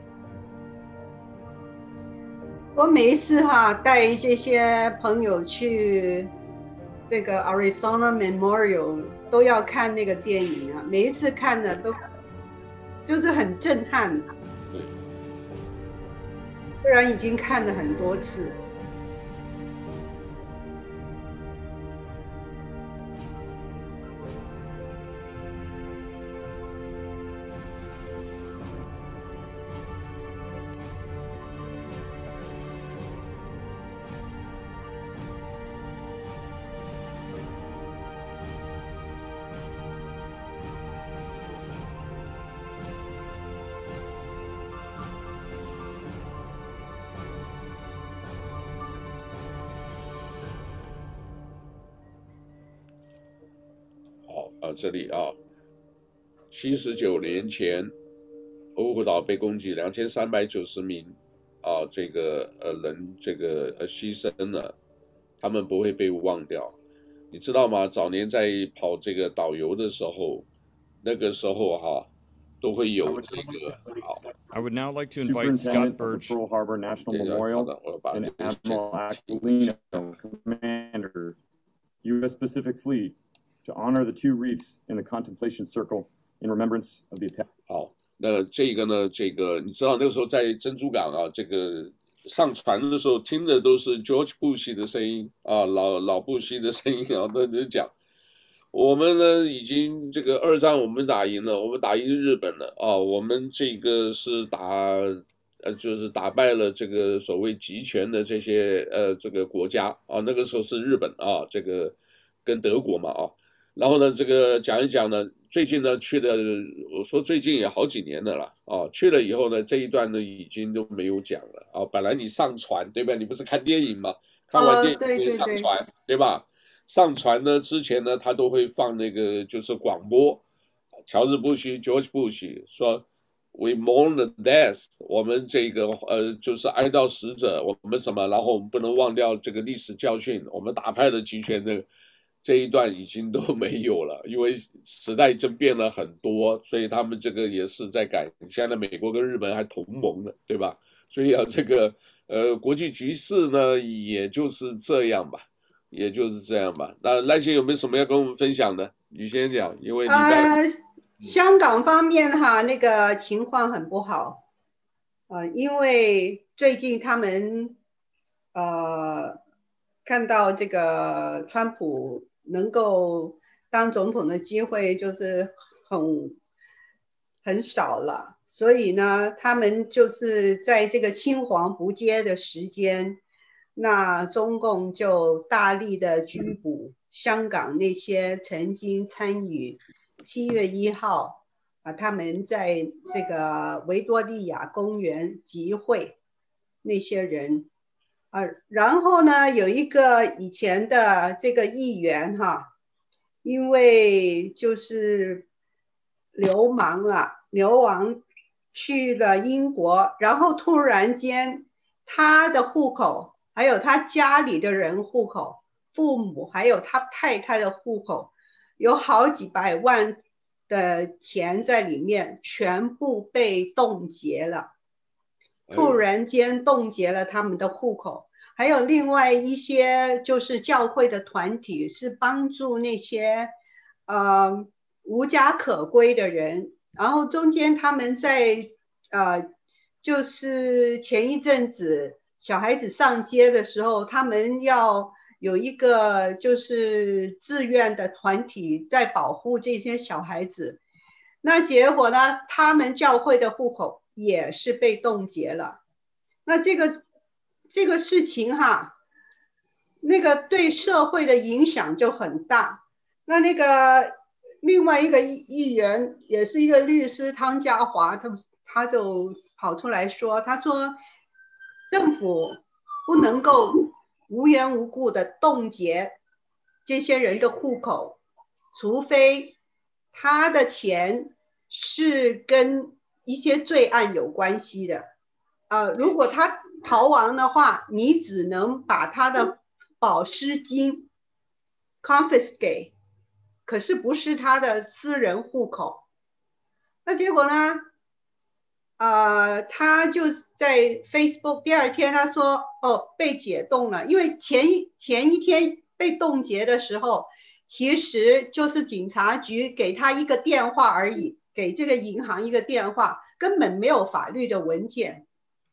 我每一次哈带这些朋友去这个 Arizona Memorial 都要看那个电影啊，每一次看的都就是很震撼。 对。 虽然已经看了很多次。 啊，这里啊，七十九年前，欧胡岛被攻击，两千三百九十名啊，这个呃人这个呃牺牲了，他们不会被忘掉。你知道吗？早年在跑这个导游的时候，那个时候哈、啊，都会有这个好。 I would now like to invite Scott Birch, Pearl Harbor National Memorial, and Admiral Aquilino, Commander, U S Pacific Fleet, to honor the two reefs in the contemplation circle in remembrance of the attack. 好，那这个呢，这个你知道那个时候在珍珠港啊，这个上船的时候听的都是 George Bush 的声音啊，老老布希的声音啊，都都讲。我们呢，已经这个二战我们打赢了，我们打赢日本了啊，我们这个是打呃，就是打败了这个所谓集权的这些呃这个国家啊，那个时候是日本啊，这个跟德国嘛啊，然后呢，这个讲一讲呢，最近呢去了，我说最近也好几年的了啊，去了以后呢，这一段呢已经都没有讲了啊，本来你上船对吧？你不是看电影吗？看完电影可以上船、呃、对, 对, 对, 对吧？上船呢之前呢，他都会放那个就是广播，乔治布希 George Bush 说 We mourn the death， 我们这个呃就是哀悼死者，我们什么，然后我们不能忘掉这个历史教训，我们打败了集权的这一段已经都没有了，因为时代真变了很多，所以他们这个也是在改。现在美国跟日本还同盟了，对吧？所以啊，这个呃国际局势呢，也就是这样吧。也就是这样吧。那赖姐有没有什么要跟我们分享的？你先讲，因为你呃，香港方面哈，那个情况很不好，呃，因为最近他们呃看到这个川普能够当总统的机会就是很很少了，所以呢，他们就是在这个青黄不接的时间。那中共就大力的拘捕香港那些曾经参与七月一号啊，他们在这个维多利亚公园集会那些人啊，然后呢，有一个以前的这个议员哈，因为就是流氓了，流亡去了英国，然后突然间他的户口。还有他家里的人户口，父母还有他太太的户口，有好几百万的钱在里面，全部被冻结了。突然间冻结了他们的户口，还有另外一些就是教会的团体是帮助那些呃无家可归的人，然后中间他们在呃就是前一阵子。小孩子上街的时候，他们要有一个就是自愿的团体在保护这些小孩子。那结果呢，他们教会的户口也是被冻结了。那这个这个事情哈，那个对社会的影响就很大。那那个另外一个议员也是一个律师汤家骅，他他就跑出来说，他说。政府不能够无缘无故的冻结这些人的户口，除非他的钱是跟一些罪案有关系的。呃，如果他逃亡的话，你只能把他的保释金 confiscate， 可是不是他的私人户口。那结果呢？呃，他就在 Facebook 第二天他说哦被解冻了，因为前一前一天被冻结的时候，其实就是警察局给他一个电话而已，给这个银行一个电话，根本没有法律的文件。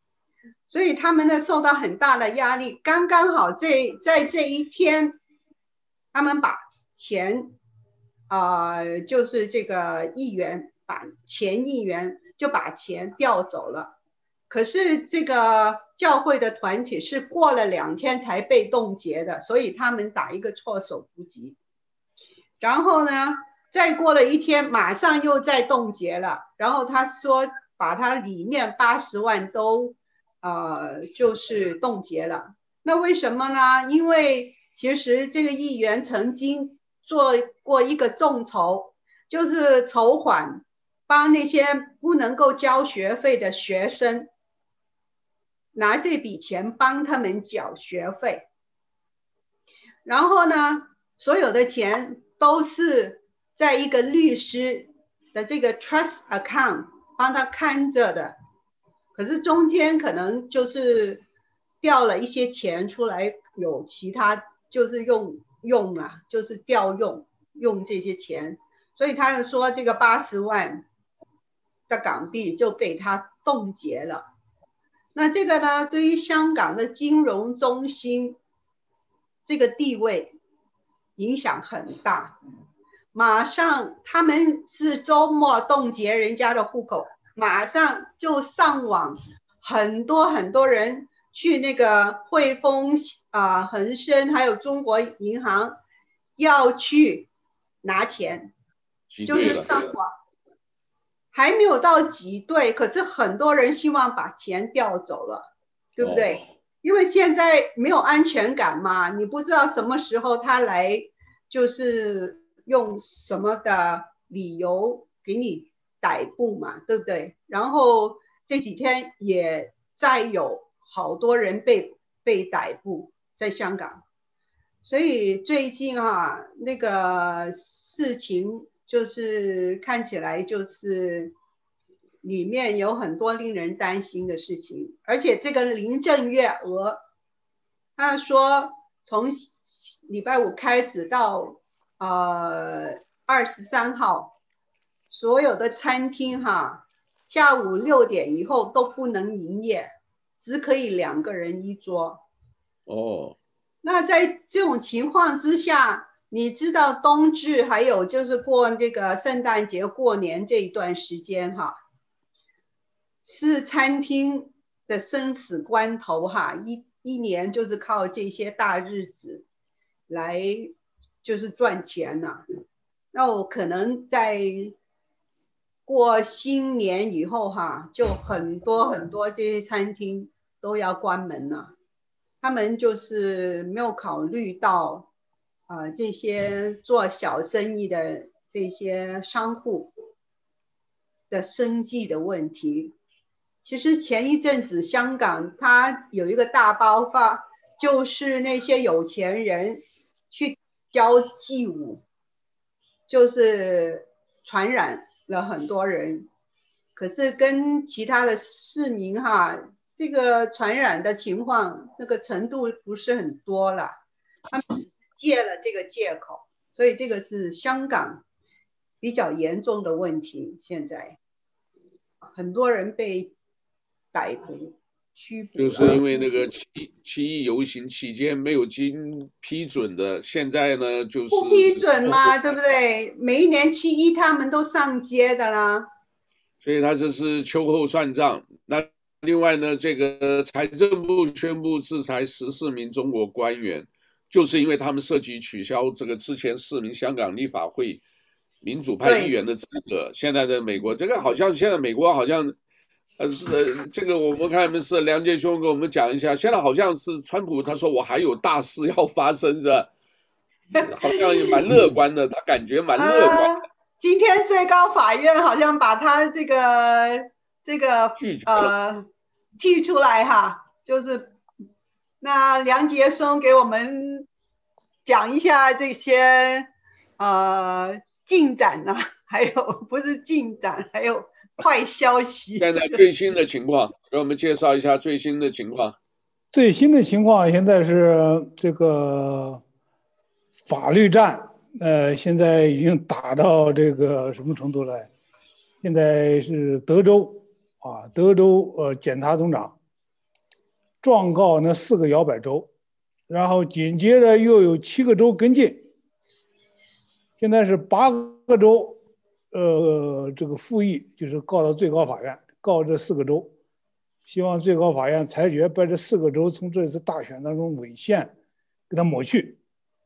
所以他们呢受到很大的压力。刚刚好这在这一天，他们把钱，啊、呃，就是这个议员把前议员就把钱调走了。可是这个教会的团体是过了两天才被冻结的，所以他们打一个措手不及。然后呢，再过了一天，马上又再冻结了。然后他说把他里面八十万都呃就是冻结了。那为什么呢？因为其实这个议员曾经做过一个众筹，就是筹款帮那些不能够交学费的学生，拿这笔钱帮他们缴学费。然后呢，所有的钱都是在一个律师的这个 trust account 帮他看着的，可是中间可能就是调了一些钱出来，有其他就是用用啊，就是调用用这些钱，所以他就说这个八十万的港币就被他冻结了。那这个呢，对于香港的金融中心这个地位影响很大。马上他们是周末冻结人家的户口，马上就上网，很多很多人去那个汇丰啊、呃、恒生还有中国银行要去拿钱，就是上网，还没有到挤兑，可是很多人希望把钱调走了，对不对？哦，因为现在没有安全感嘛，你不知道什么时候他来，就是用什么的理由给你逮捕嘛，对不对？然后这几天也再有好多人被被逮捕在香港，所以最近啊，那个事情就是看起来就是里面有很多令人担心的事情，而且这个林郑月娥他说从礼拜五开始到呃二十三号，所有的餐厅哈，下午六点以后都不能营业，只可以两个人一桌。 哦， 那在这种情况之下，你知道冬至还有就是过这个圣诞节过年这一段时间哈，是餐厅的生死关头哈，一一年就是靠这些大日子来就是赚钱了。那我可能在过新年以后哈，就很多很多这些餐厅都要关门了。他们就是没有考虑到啊、呃、这些做小生意的这些商户的生计的问题。其实前一阵子香港它有一个大爆发，就是那些有钱人去交际舞，就是传染了很多人，可是跟其他的市民哈，这个传染的情况那个程度不是很多了，他们只是借了这个借口，所以这个是香港比较严重的问题。现在很多人被逮捕拘捕， 就是因为那个七七一游行期间没有经批准的，现在呢就是不批准嘛，对不对？每一年七一他们都上街的啦， 所以他这是秋后算账。那另外呢，这个财政部宣布制裁十四名中国官员，就是因为他们涉及取消这个之前四名香港立法会民主派议员的资格。现在的美国，这个好像现在美国好像，呃呃，这个我们看是梁杰兄给我们讲一下，现在好像是川普他说我还有大事要发生，是吧？好像也蛮乐观的，他感觉蛮乐观的。 呃今天最高法院好像把他这个这个呃剔出来哈，就是那梁杰松给我们讲一下这些呃进展呢、啊，还有不是进展，还有坏消息。 现在最新的情况，给我们介绍一下最新的情况。 最新的情况现在是这个法律战。呃，现在已经打到这个什么程度了？现在是德州啊，德州呃检察总长状告那四个摇摆州，然后紧接着又有七个州跟进，现在是八个州，呃，这个复议就是告到最高法院，告这四个州，希望最高法院裁决把这四个州从这次大选当中违宪给它抹去。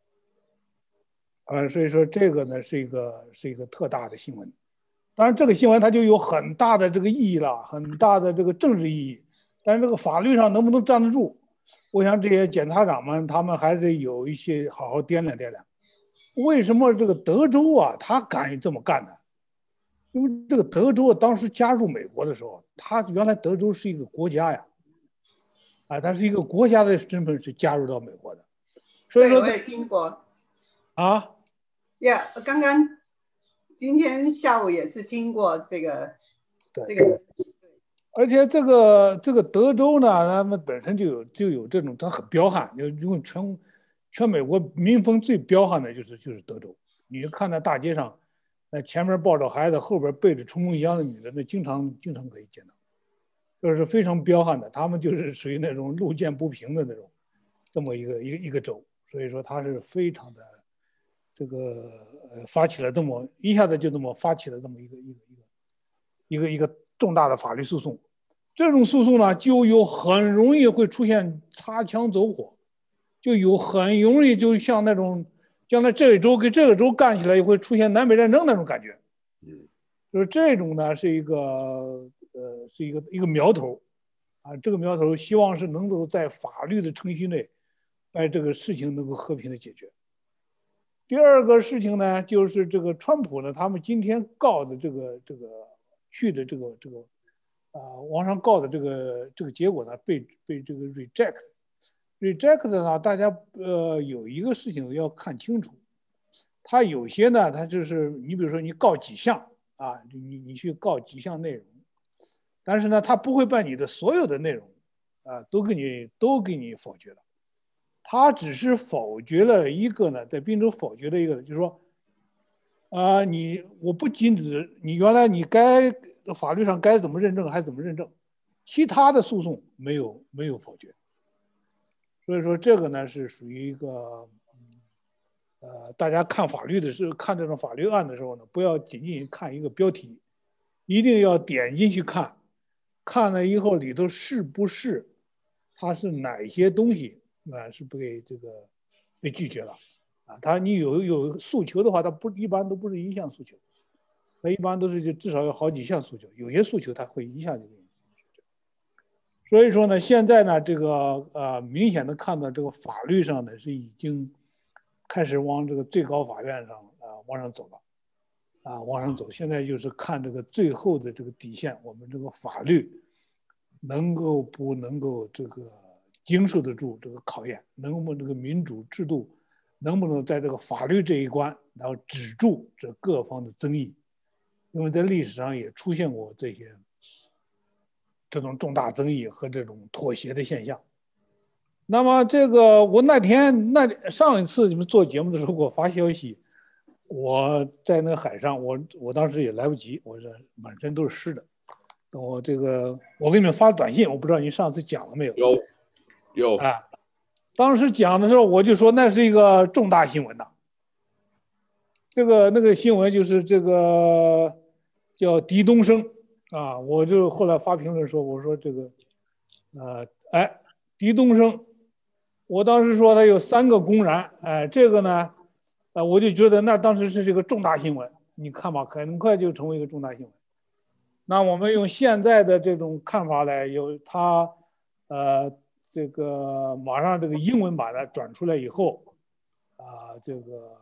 呃，所以说这个呢是一个是一个特大的新闻。当然，这个新闻它就有很大的这个意义了，很大的这个政治意义。但是这个法律上能不能站得住？我想这些检察长们他们还是有一些好好掂量掂量。为什么这个德州啊，他敢这么干呢？因为这个德州当时加入美国的时候，他原来德州是一个国家呀，啊，他是一个国家的身份是加入到美国的。所以说我也听过啊， 呀， yeah, 刚刚今天下午也是听过这个，这个。 而且这个这个德州呢，他们本身就有就有这种，它很彪悍，就因为全全美国民风最彪悍的就是就是德州。你看在大街上，那前面抱着孩子，后边背着冲锋衣的女的，那经常经常可以见到，这是非常彪悍的。他们就是属于那种路见不平的那种，这么一个一个一个州，所以说他是非常的这个呃发起了这么一下子就这么发起了这么一个一个一个一个一个重大的法律诉讼。这种诉讼呢，就有很容易会出现擦枪走火，就有很容易就像那种将来这个州跟这个州干起来，会出现南北战争那种感觉。 嗯， 就是这种呢是一个呃是一个一个苗头啊，这个苗头希望是能够在法律的程序内，把这个事情能够和平的解决。第二个事情呢，就是这个川普呢，他们今天告的这个这个去的这个这个。啊、呃，往上告的这个这个结果呢，被被这个 reject，reject 呢，大家呃有一个事情要看清楚，它有些呢，它就是你比如说你告几项啊，你你去告几项内容，但是呢，它不会把你的所有的内容啊都给你都给你否决了，它只是否决了一个呢，在宾州否决了一个，就是说，啊、呃，你我不禁止你原来你该。法律上该怎么认证还怎么认证，其他的诉讼没有没有否决，所以说这个呢是属于一个，呃，大家看法律的时候，看这种法律案的时候呢，不要仅仅看一个标题，一定要点进去看，看了以后里头是不是它是哪些东西啊是被这个被拒绝了啊？它你有有诉求的话，它不一般都不是一项诉求。它一般都是就至少有好几项诉求，有些诉求它会一下就给你。所以说呢，现在呢，这个呃明显的看到这个法律上呢是已经开始往这个最高法院上啊、呃、往上走了，啊往上走。现在就是看这个最后的这个底线，我们这个法律能够不能够这个经受得住这个考验，能不能这个民主制度能不能在这个法律这一关，然后止住这各方的争议。因为在历史上也出现过这些这种重大争议和这种妥协的现象。那么这个我那天那上一次你们做节目的时候给我发消息，我在那个海上，我我当时也来不及，我这满身都是湿的。等我这个我给你们发短信，我不知道你上次讲了没有？ 有，有啊。当时讲的时候我就说那是一个重大新闻呐。这个那个新闻就是这个叫狄东升啊，我就后来发评论说，我说这个，呃，哎，狄东升，我当时说他有三个公然，哎，这个呢，呃，我就觉得那当时是这个重大新闻，你看吧，很快就成为一个重大新闻。那我们用现在的这种看法来，有他，呃，这个马上这个英文版的转出来以后，啊、呃，这个。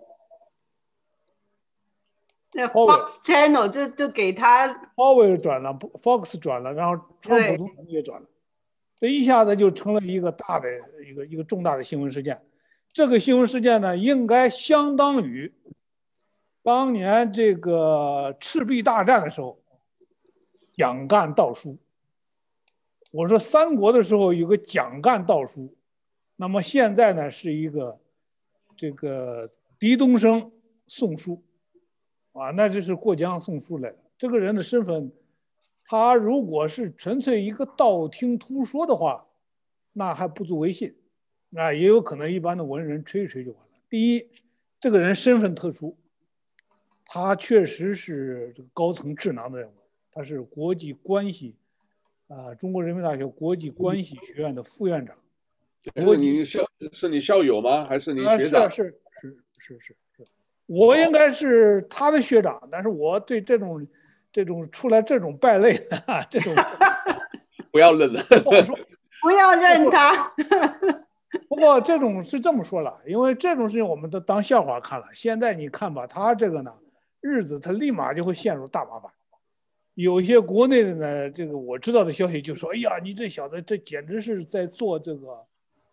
那 Fox Channel 就就给他 Howard 转了 ，Fox 转了，然后川普总统也转了，这一下子就成了一个大的一个一个重大的新闻事件。这个新闻事件呢，应该相当于当年这个赤壁大战的时候，蒋干盗书。我说三国的时候有个蒋干盗书，那么现在呢是一个这个狄东升送书。啊，那就是过江送书来的。这个人的身份，他如果是纯粹一个道听途说的话， 那还不足为信，啊，也有可能一般的文人吹一吹就完了。第一，这个人身份特殊，他确实是这个高层智囊的人物，他是国际关系啊、呃，中国人民大学国际关系学院的副院长。 是你校是你校友吗？还是你学长？ 啊、是是是是是是，我应该是他的学长，但是我对这种这种出来这种败类的、啊、这种不要认了， 不要认他。 不过这种是这么说了，因为这种事情我们都当笑话看了。现在你看吧，他这个呢，日子他立马就会陷入大麻烦。有些国内的呢，这个我知道的消息就说：“哎呀，你这小子这简直是在做这个，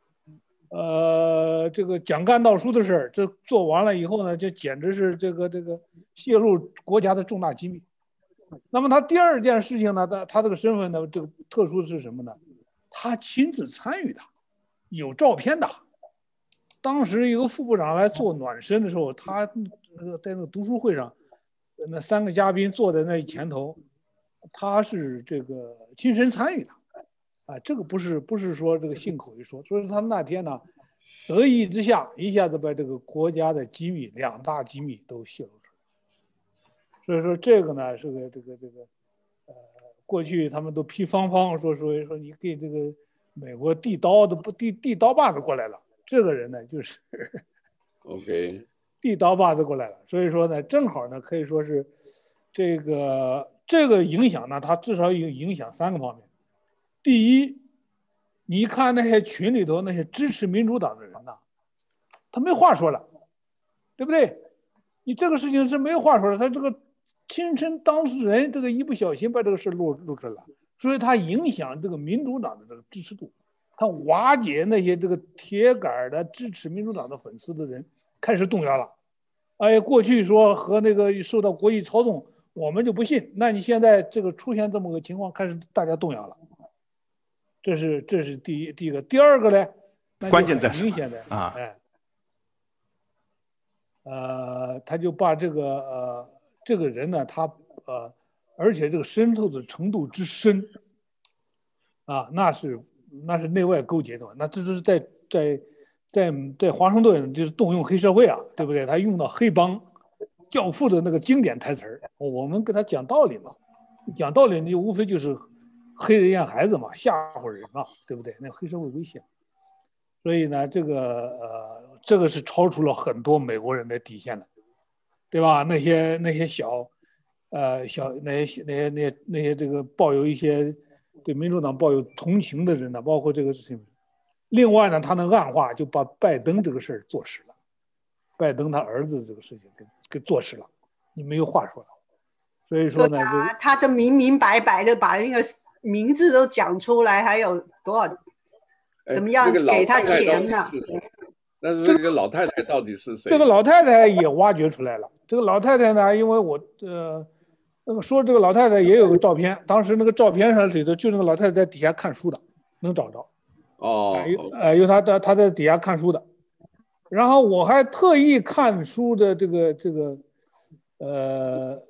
呃，这个讲干道书的事儿。这做完了以后呢，就简直是这个这个泄露国家的重大机密。”那么他第二件事情呢，他他这个身份呢，这个特殊是什么呢？他亲自参与的。有照片的，当时一个副部长来做暖身的时候，他那个在那个读书会上，那三个嘉宾坐在那前头，他是这个亲身参与的，啊，这个不是不是说这个信口一说，所以他那天呢，得意之下一下子把这个国家的机密两大机密都泄露出来，所以说这个呢是个这个这个，呃，过去他们都批芳芳说说说你给这个。美国递刀的不递递刀把子过来了，这个人呢就是 ，OK， 递刀把子过来了，所以说呢，正好呢可以说是这个这个影响呢，它至少有影响三个方面。第一，你看那些群里头那些支持民主党的人呐，他没话说了，对不对？你这个事情是没有话说了，他这个亲身当事人这个一不小心把这个事录录出来了。所以它影响这个民主党的这个支持度，它瓦解那些这个铁杆的支持民主党的粉丝的人开始动摇了。哎，过去说和那个受到国际操纵，我们就不信。那你现在这个出现这么个情况，开始大家动摇了。这是这是第一第一个。第二个呢， 关键在明显的啊， 哎，呃，他就把这个呃这个人呢，他呃。而且这个渗透的程度之深，啊，那是那是内外勾结的，那这是在在在在华盛顿就是动用黑社会啊，对不对？他用到黑帮教父的那个经典台词儿，我们跟他讲道理嘛，讲道理你无非就是黑人验孩子嘛，吓唬人嘛，对不对？那黑社会危险，所以呢，这个呃，这个是超出了很多美国人的底线的，对吧？那些那些小。呃，小那些那些那些那些这个抱有一些对民主党抱有同情的人呢，包括这个事情。另外呢，他能暗化就把拜登这个事儿坐实了，拜登他儿子这个事情给给坐实了，你没有话说了。所以说呢， 啊、他的明明白白的把那个名字都讲出来，还有多少，怎么样给他钱呢？ 但是这个老太太到底是谁？ 这个老太太也挖掘出来了。这个老太太呢，因为我呃。那么说这个老太太也有个照片，当时那个照片上里头就那个老太太在底下看书的，能找着。 哦， 呃，有她的她在底下看书的。然后我还特意看书的这个这个，呃，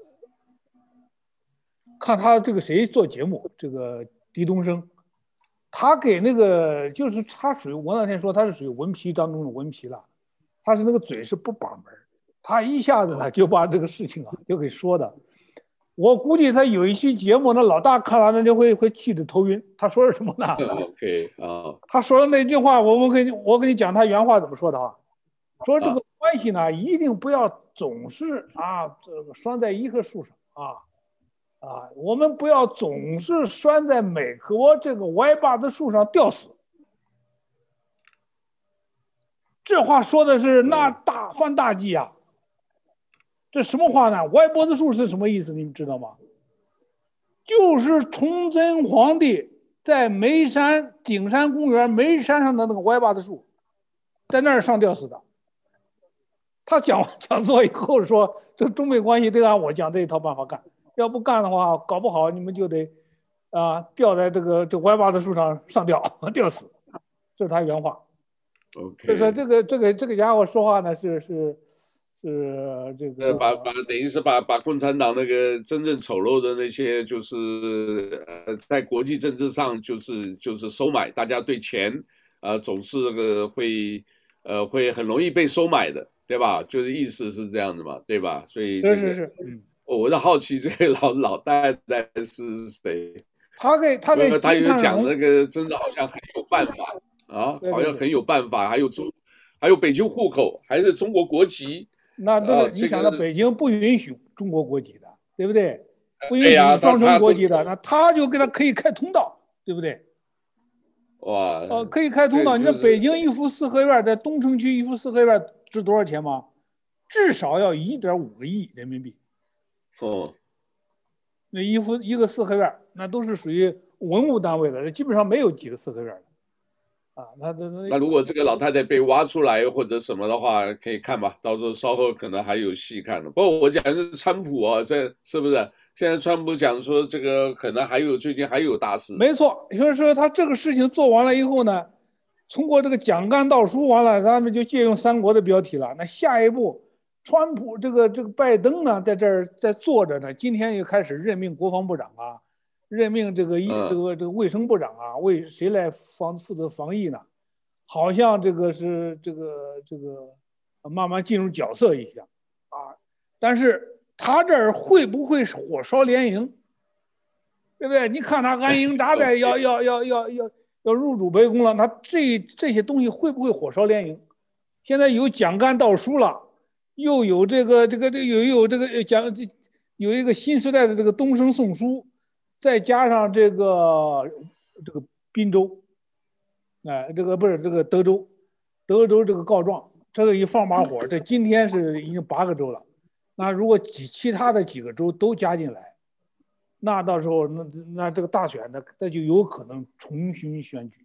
看他这个谁做节目，这个狄东升，他给那个就是他属于我那天说他是属于文皮当中的文皮了，他是那个嘴是不把门，他一下子呢就把这个事情啊就给说的。我估计他有一期节目，那老大看完了就会会气得头晕。他说是什么呢 ？OK 啊， 他说的那句话，我们跟你我跟你讲他原话怎么说的啊？说这个关系呢，一定不要总是啊这个拴在一棵树上啊啊，我们不要总是拴在每棵这个歪把的树上吊死。这话说的是那大犯大忌啊！这什么话呢？歪脖子树是什么意思？你们知道吗？就是崇祯皇帝在眉山景山公园眉山上的那个歪把子树，在那儿上吊死的。他讲完讲座以后说，这中美关系得按我讲这一套办法干，要不干的话，搞不好你们就得啊吊在这个这歪把子树上上吊吊死。这是他原话。 OK， 所以说这个这个这个家伙说话呢是是。 是这个呃，把把等于是把把共产党那个真正丑陋的那些，就是呃，在国际政治上就是就是收买，大家对钱呃总是这个会呃会很容易被收买的，对吧？就是意思是这样子嘛，对吧？所以这个是是是，嗯， 我是好奇这个老老太太是谁？ 他给他给他有讲那那个真的好像很有办法啊， 对对对好像很有办法，还有中还有北京户口，还是中国国籍。 那这个、 啊、 你想，到北京不允许中国国籍的，对不对？不允许双重国籍的，哎、那他就给他可以开通道，对不对？ 哇， 呃，可以开通道。你这北京一幅四合院，在东城区一幅四合院值多少钱吗？至少要一点五个亿人民币。 哦， 那一幅一个四合院，那都是属于文物单位的，基本上没有几个四合院的。啊，那那那如果这个老太太被挖出来或者什么的话，可以看吧，到时候稍后可能还有戏看了。不过我讲的是川普啊，这是不是？现在川普讲说这个可能还有最近还有大事。 没错，就是说他这个事情做完了以后呢，通过这个蒋干盗书完了，他们就借用三国的标题了。那下一步，川普这个这个拜登呢，在这儿在坐着呢，今天又开始任命国防部长啊。任命这个医、嗯、这个这个卫生部长啊，为谁来防负责防疫呢？好像这个是这个这个慢慢进入角色一样啊。但是他这儿会不会是火烧连营？对不对？你看他安营扎寨要要要要要要入主白宫了，他这这些东西会不会火烧连营？现在有蒋干盗书了，又有这个这个这有有这个讲这有一个新时代的这个东升宋书。再加上这个这个滨州，哎、呃，这个不是这个德州，德州这个告状，这个一放把火，这今天是已经八个州了。那如果其其他的几个州都加进来，那到时候那那这个大选呢，那就有可能重新选举。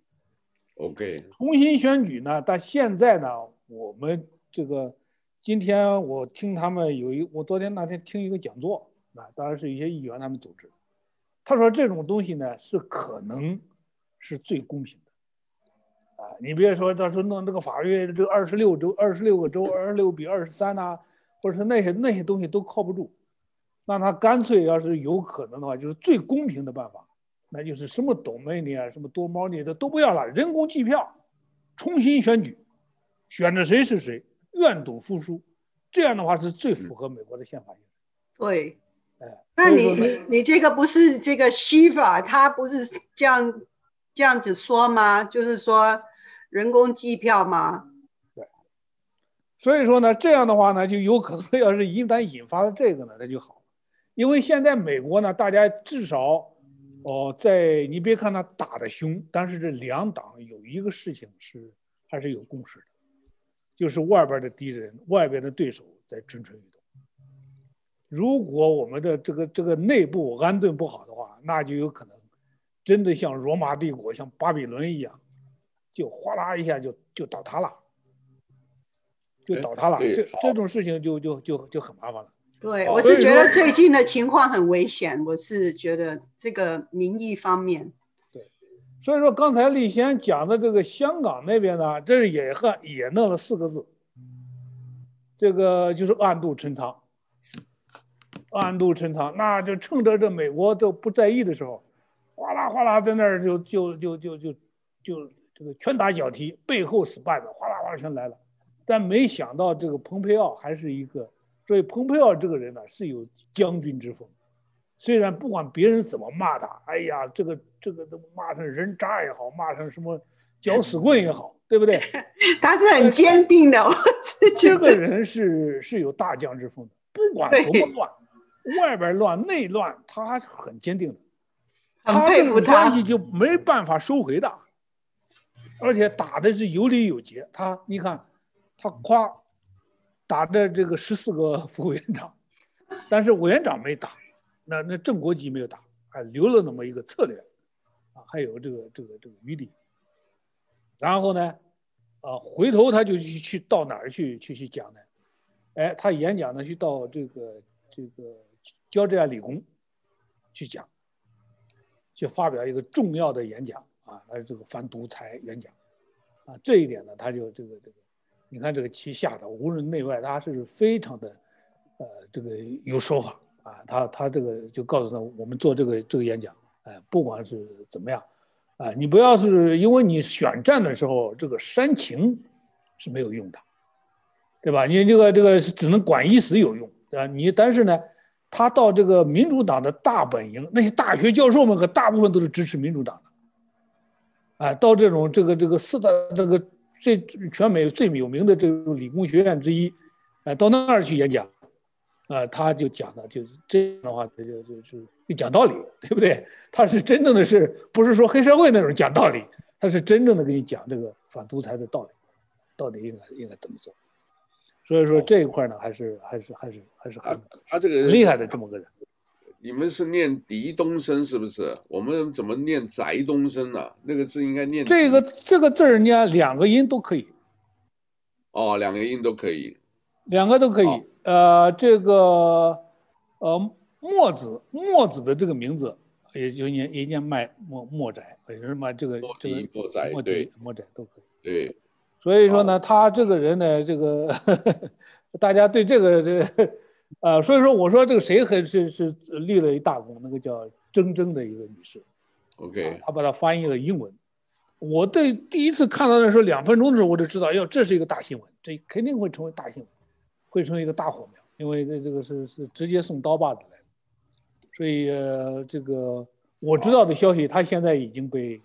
OK， 重新选举呢，但现在呢，我们这个今天我听他们有一，我昨天那天听一个讲座，啊，当然是一些议员他们组织。他说这种东西呢是可能是最公平的，啊，你别说他说弄这个法律这二十六州二十六个州二十六比二十三呐，或者是那些那些东西都靠不住，那他干脆要是有可能的话，就是最公平的办法，那就是什么斗妹呢啊，什么多猫呢的都不要了，人工计票，重新选举，选着谁是谁，愿赌服输，这样的话是最符合美国的宪法。 对。那你你你这个不是这个西法，他不是这样这样子说吗？就是说人工计票吗？ 对。所以说呢，这样的话呢，就有可能要是一旦引发了这个呢，那就好。因为现在美国呢，大家至少哦，在你别看他打得凶，但是这两党有一个事情是还是有共识的，就是外边的敌人、外边的对手在蠢蠢欲动。如果我们的这个这个内部安顿不好的话，那就有可能真的像罗马帝国、像巴比伦一样，就哗啦一下就就倒塌了，就倒塌了。这这种事情就就就就很麻烦了。 对，我是觉得最近的情况很危险，我是觉得这个民意方面。 对，所以说刚才立先讲的这个香港那边呢，这也和也弄了四个字，这个就是暗度陈仓。暗度陈仓，那就趁着这美国都不在意的时候，哗啦哗啦在那儿就就就就就就这个拳打脚踢，背后使绊子，哗啦哗啦全来了。但没想到这个蓬佩奥还是一个，所以蓬佩奥这个人呢是有将军之风。虽然不管别人怎么骂他，哎呀，这个这个都骂成人渣也好，骂成什么搅屎棍也好，对不对？ 他是很坚定的，我是觉得这个人是是有大将之风的，不管怎么乱。外边乱内乱，他很坚定的，他这种关系就没办法收回的，而且打的是有理有节。他你看，他夸打的这个十四个副委员长，但是委员长没打，那那正国级没有打，还留了那么一个策略，啊，还有这个这个这个余地。然后呢，啊，回头他就去去到哪儿去去去讲呢？哎，他演讲呢，去到这个这个。交这样理工去讲，去发表一个重要的演讲啊，还是这个反独裁演讲啊，这一点呢，他就这个这个你看这个旗下的无论内外，他是非常的，呃，这个有手法啊。他他这个就告诉他，我们做这个这个演讲，哎、呃，不管是怎么样，啊、呃，你不要是因为你选战的时候这个煽情是没有用的，对吧？你这个这个只能管一时有用，对吧？你但是呢，他到这个民主党的大本营，那些大学教授们可大部分都是支持民主党的。啊，到这种这个这个四大这个最全美最有名的这种理工学院之一，啊，到那儿去演讲，啊，他就讲的就是这样的话，就就就是讲道理，对不对？他是真正的是不是说黑社会那种讲道理，他是真正的给你讲这个反独裁的道理，到底应该应该怎么做？所以说这一块呢，还是还是还是还是很他这个很厉害的这么个人。 你们是念狄东升是不是？我们怎么念翟东升呢、啊？那个字应该念这个这个字儿念两个音都可以。 哦，两个音都可以， 两个都可以。哦、呃，这个呃墨子墨子的这个名字也就念也念麦墨墨翟，也是嘛这个这个墨翟墨翟墨翟都可以。 对。 所以说呢，他这个人呢，这个呵呵大家对这个这个。呃，所以说我说这个谁还是是立了一大功，那个叫铮铮的一个女士 ，OK，、 啊、她把它翻译了英文。我对第一次看到的时候，两分钟的时候我就知道，哟，这是一个大新闻，这肯定会成为大新闻，会成为一个大火苗，因为这这个是是直接送刀把子来的。所以、呃、这个我知道的消息，她现在已经被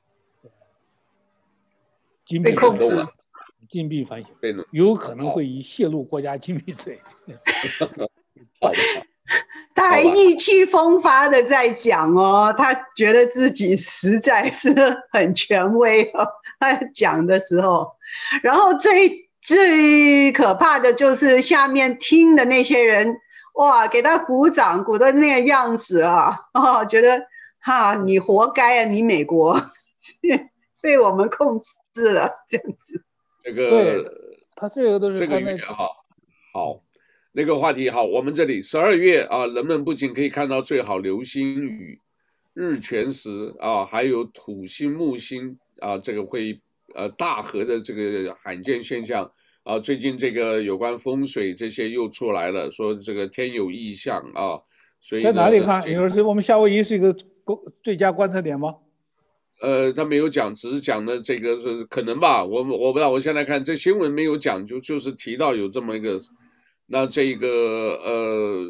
禁闭控制了。 禁闭反省，有可能会以泄露国家机密罪。 他还意气风发的在讲哦，他觉得自己实在是很权威哦。他讲的时候，然后最最可怕的就是下面听的那些人，哇，给他鼓掌，鼓的那个样子啊，哦，觉得哈，你活该啊，你美国被我们控制了，这样子。 这个， 他这个都是这个月哈，好，那个话题好，我们这里十二月啊，人们不仅可以看到最好流星雨、日全食啊，还有土星、木星啊，这个会呃大合的这个罕见现象啊。最近这个有关风水这些又出来了，说这个天有异象啊，所以在哪里看？你说是我们夏威夷是一个最佳观测点吗？ 呃，他没有讲，只是讲的这个是可能吧，我我不知道。我现在看这新闻没有讲，就就是提到有这么一个，那这个呃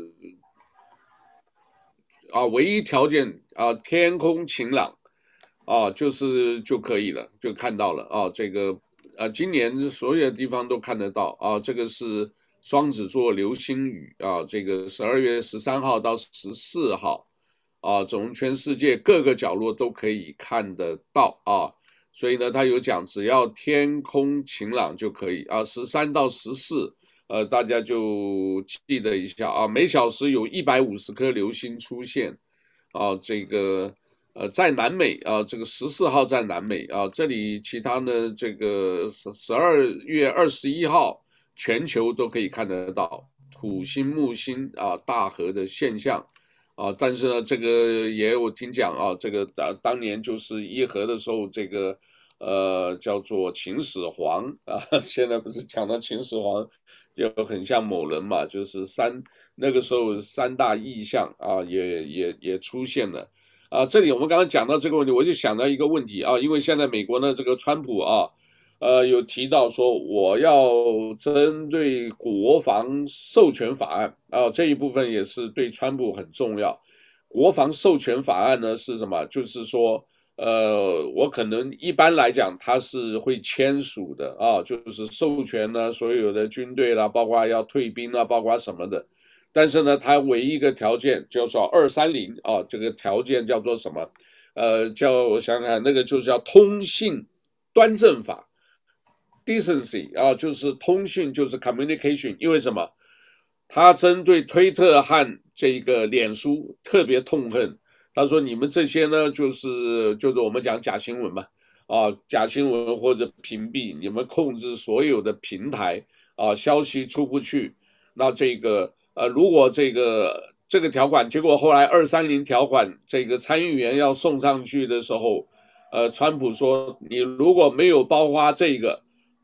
啊，唯一条件啊，天空晴朗啊，就是就可以了，就看到了啊。这个啊，今年所有的地方都看得到啊。这个是双子座流星雨啊，这个十二月十三号到十四号。啊，从全世界各个角落都可以看得到啊，所以呢，他有讲，只要天空晴朗就可以啊。十三到十四，呃，大家就记得一下啊，每小时有一百五十颗流星出现啊。这个呃，在南美啊，这个十四号在南美啊，这里其他呢，这个十二月二十一号全球都可以看得到土星、木星啊大合的现象。啊，但是呢，这个也有听讲啊，这个当当年就是一合的时候，这个呃叫做秦始皇啊，现在不是讲到秦始皇就很像某人嘛，就是三那个时候三大异象啊，也也也出现了啊。这里我们刚刚讲到这个问题，我就想到一个问题啊，因为现在美国呢这个川普啊。呃，有提到说我要针对国防授权法案啊，这一部分也是对川普很重要。国防授权法案呢是什么？就是说，呃，我可能一般来讲他是会签署的啊，就是授权呢所有的军队啦，包括要退兵啦，包括什么的。但是呢，它唯一一个条件叫做二三零啊，这个条件叫做什么？呃，叫我想想，那个就叫通信端正法。Decency 啊，就是通讯，就是 communication， 因为什么？他针对推特和这个脸书特别痛恨。他说：“你们这些呢，就是就是我们讲假新闻嘛，啊，假新闻或者屏蔽，你们控制所有的平台啊，消息出不去。那这个呃，如果这个这个条款，结果后来二三零条款这个参议员要送上去的时候，呃，川普说你如果没有包括这个。”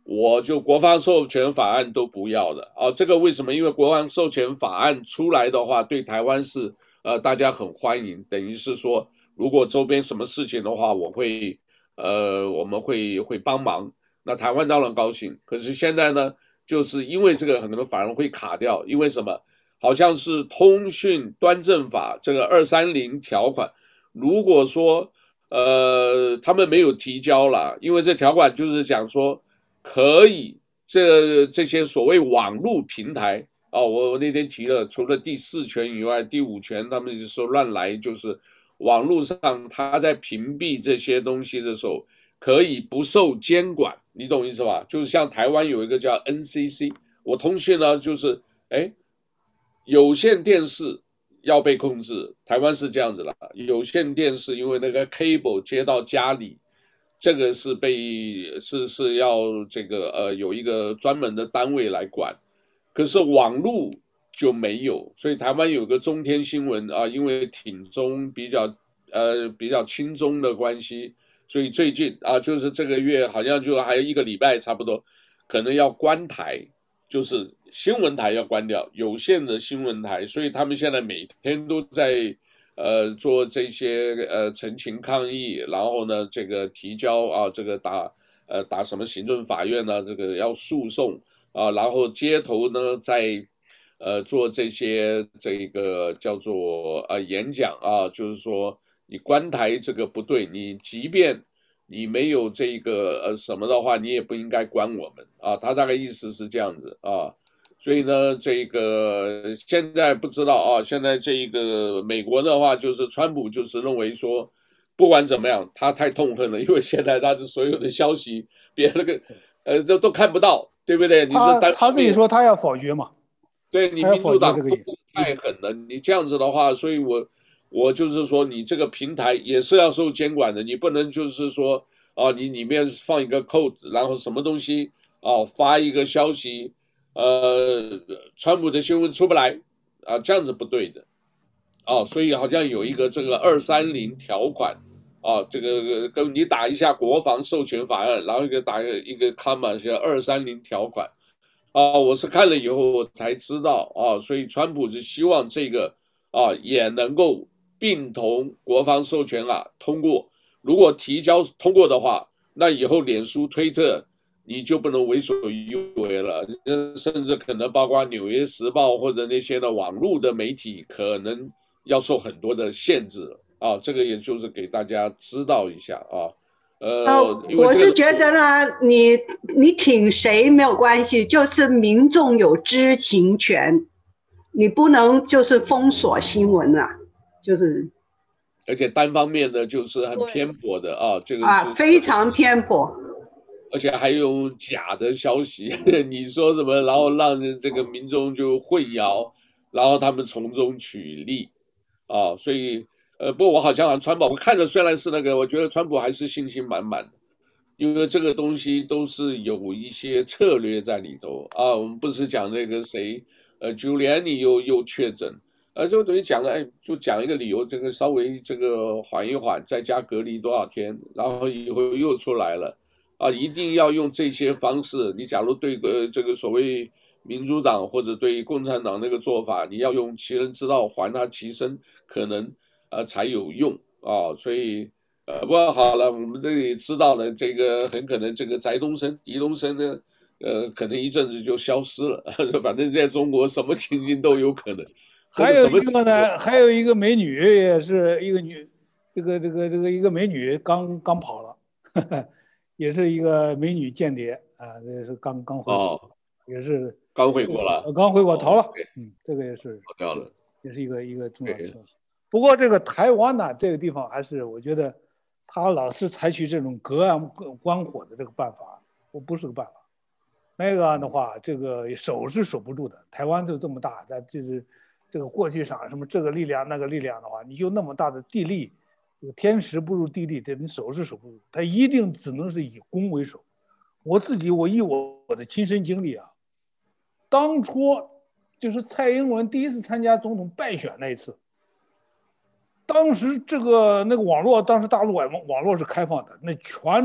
我就国防授权法案都不要的啊。这个为什么？因为国防授权法案出来的话，对台湾是呃大家很欢迎，等于是说，如果周边什么事情的话，我会呃我们会会帮忙，那台湾当然高兴。可是现在呢，就是因为这个可能反而会卡掉，因为什么？好像是通讯端正法这个二三零条款，如果说呃他们没有提交了，因为这条款就是讲说可以这这些所谓网络平台哦，我我那天提了，除了第四权以外，第五权他们就说乱来，就是网络上他在屏蔽这些东西的时候可以不受监管，你懂意思吧？就是像台湾有一个叫 N C C， 我通讯呢就是哎。有线电视要被控制，台湾是这样子了。有线电视因为那个 cable 接到家里，这个是被是是要这个呃有一个专门的单位来管，可是网络就没有，所以台湾有个中天新闻啊，因为挺中比较呃比较亲中的关系，所以最近啊就是这个月好像就还有一个礼拜差不多，可能要关台，就是。新闻台要关掉，有线的新闻台，所以他们现在每天都在呃做这些呃陈情抗议，然后呢这个提交啊这个打呃打什么行政法院呢、啊、这个要诉讼啊，然后街头呢在呃做这些这个叫做呃演讲啊，就是说你关台这个不对，你即便你没有这个呃什么的话，你也不应该关我们啊，他大概意思是这样子啊。所以呢，这个现在不知道啊，现在这个美国的话，就是川普就是认为说，不管怎么样，他太痛恨了，因为现在他的所有的消息，别那个呃都都看不到，对不对？你说他他自己说他要否决嘛？ 对你民主党太狠了，你这样子的话，所以我我就是说，你这个平台也是要受监管的，你不能就是说啊，你里面放一个 code， 然后什么东西啊，发一个消息。呃，川普的新闻出不来啊，这样子不对的，哦，所以好像有一个这个二三零条款，啊，这个跟你打一下国防授权法案，然后一个打一个 comma 是二三零条款，啊，我是看了以后我才知道啊，所以川普是希望这个啊也能够并同国防授权法通过，如果提交通过的话，那以后脸书、推特。你就不能为所欲为了，甚至可能包括《纽约时报》或者那些的网络的媒体，可能要受很多的限制了啊。这个也就是给大家知道一下啊。呃， 呃因为、这个、 我是觉得呢，你你挺谁没有关系，就是民众有知情权，你不能就是封锁新闻啊，就是。 而且单方面的就是很偏颇的啊，这个是啊非常偏颇。 而且还有假的消息，你说什么，然后让这个民众就混淆，然后他们从中取利，啊，所以呃，不过我好像川普，我看着虽然是那个，我觉得川普还是信心满满的，因为这个东西都是有一些策略在里头啊。我们不是讲那个谁，呃，Giuliani又又确诊，呃，就等于讲了，哎，就讲一个理由，这个稍微这个缓一缓，在家隔离多少天，然后以后又出来了。啊，一定要用这些方式。你假如对呃这个所谓民主党或者对共产党那个做法，你要用其人之道还他其身，可能呃才有用啊。所以呃，不过好了，我们这里知道了，这个很可能这个翟东升、狄东升呢，呃，可能一阵子就消失了。反正在中国什么情形都有可能。 还有一个呢，还有一个美女，也是一个女，这个这个这个一个美女刚刚跑了。呵呵也是一个美女间谍啊，这是刚刚回国， 哦、 也是刚回国了， 刚回国逃了， 哦、 嗯，这个也是逃掉了， 也是一个一个重要消息。不过这个台湾呢，这个地方还是我觉得他老是采取这种隔岸观火的这个办法，我不是个办法。那个的话，这个守是守不住的。台湾就这么大，在就是这个过去上什么这个力量那个力量的话，你有那么大的地利。这个天时不如地利，这你守是守不住，他一定只能是以攻为守。我自己，我以我我的亲身经历啊，当初就是蔡英文第一次参加总统败选那一次，当时这个那个网络，当时大陆网网络是开放的，那全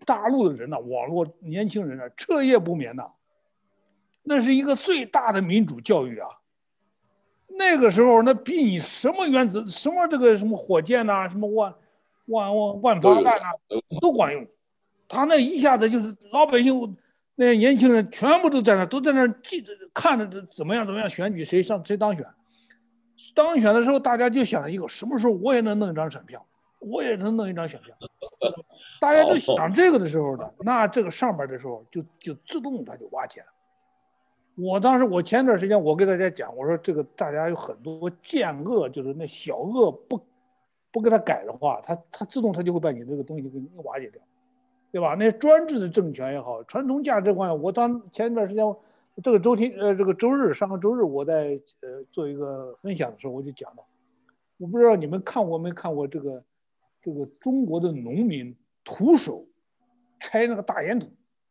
大陆的人呢、啊，网络年轻人啊，彻夜不眠呐、啊，那是一个最大的民主教育啊。那个时候，那比你什么原子、什么这个什么火箭呐、啊，什么万万万万发弹呐、啊，都管用。他那一下子就是老百姓，那些年轻人全部都在那，都在那记着看着怎么样怎么样选举谁上谁当选。当选的时候，大家就想着一个什么时候我也能弄一张选票，我也能弄一张选票。大家都想这个的时候呢，那这个上边的时候就就自动它就瓦解了。我当时我前段时间我给大家讲，我说这个大家有很多贱恶，就是那小恶不不给他改的话，他他自动他就会把你这个东西给你瓦解掉，对吧？那专制的政权也好，传统价值观，我当前段时间这个周天呃这个周日上个周日我在呃做一个分享的时候，我就讲到，我不知道你们看过没看过这个这个中国的农民徒手拆那个大烟筒。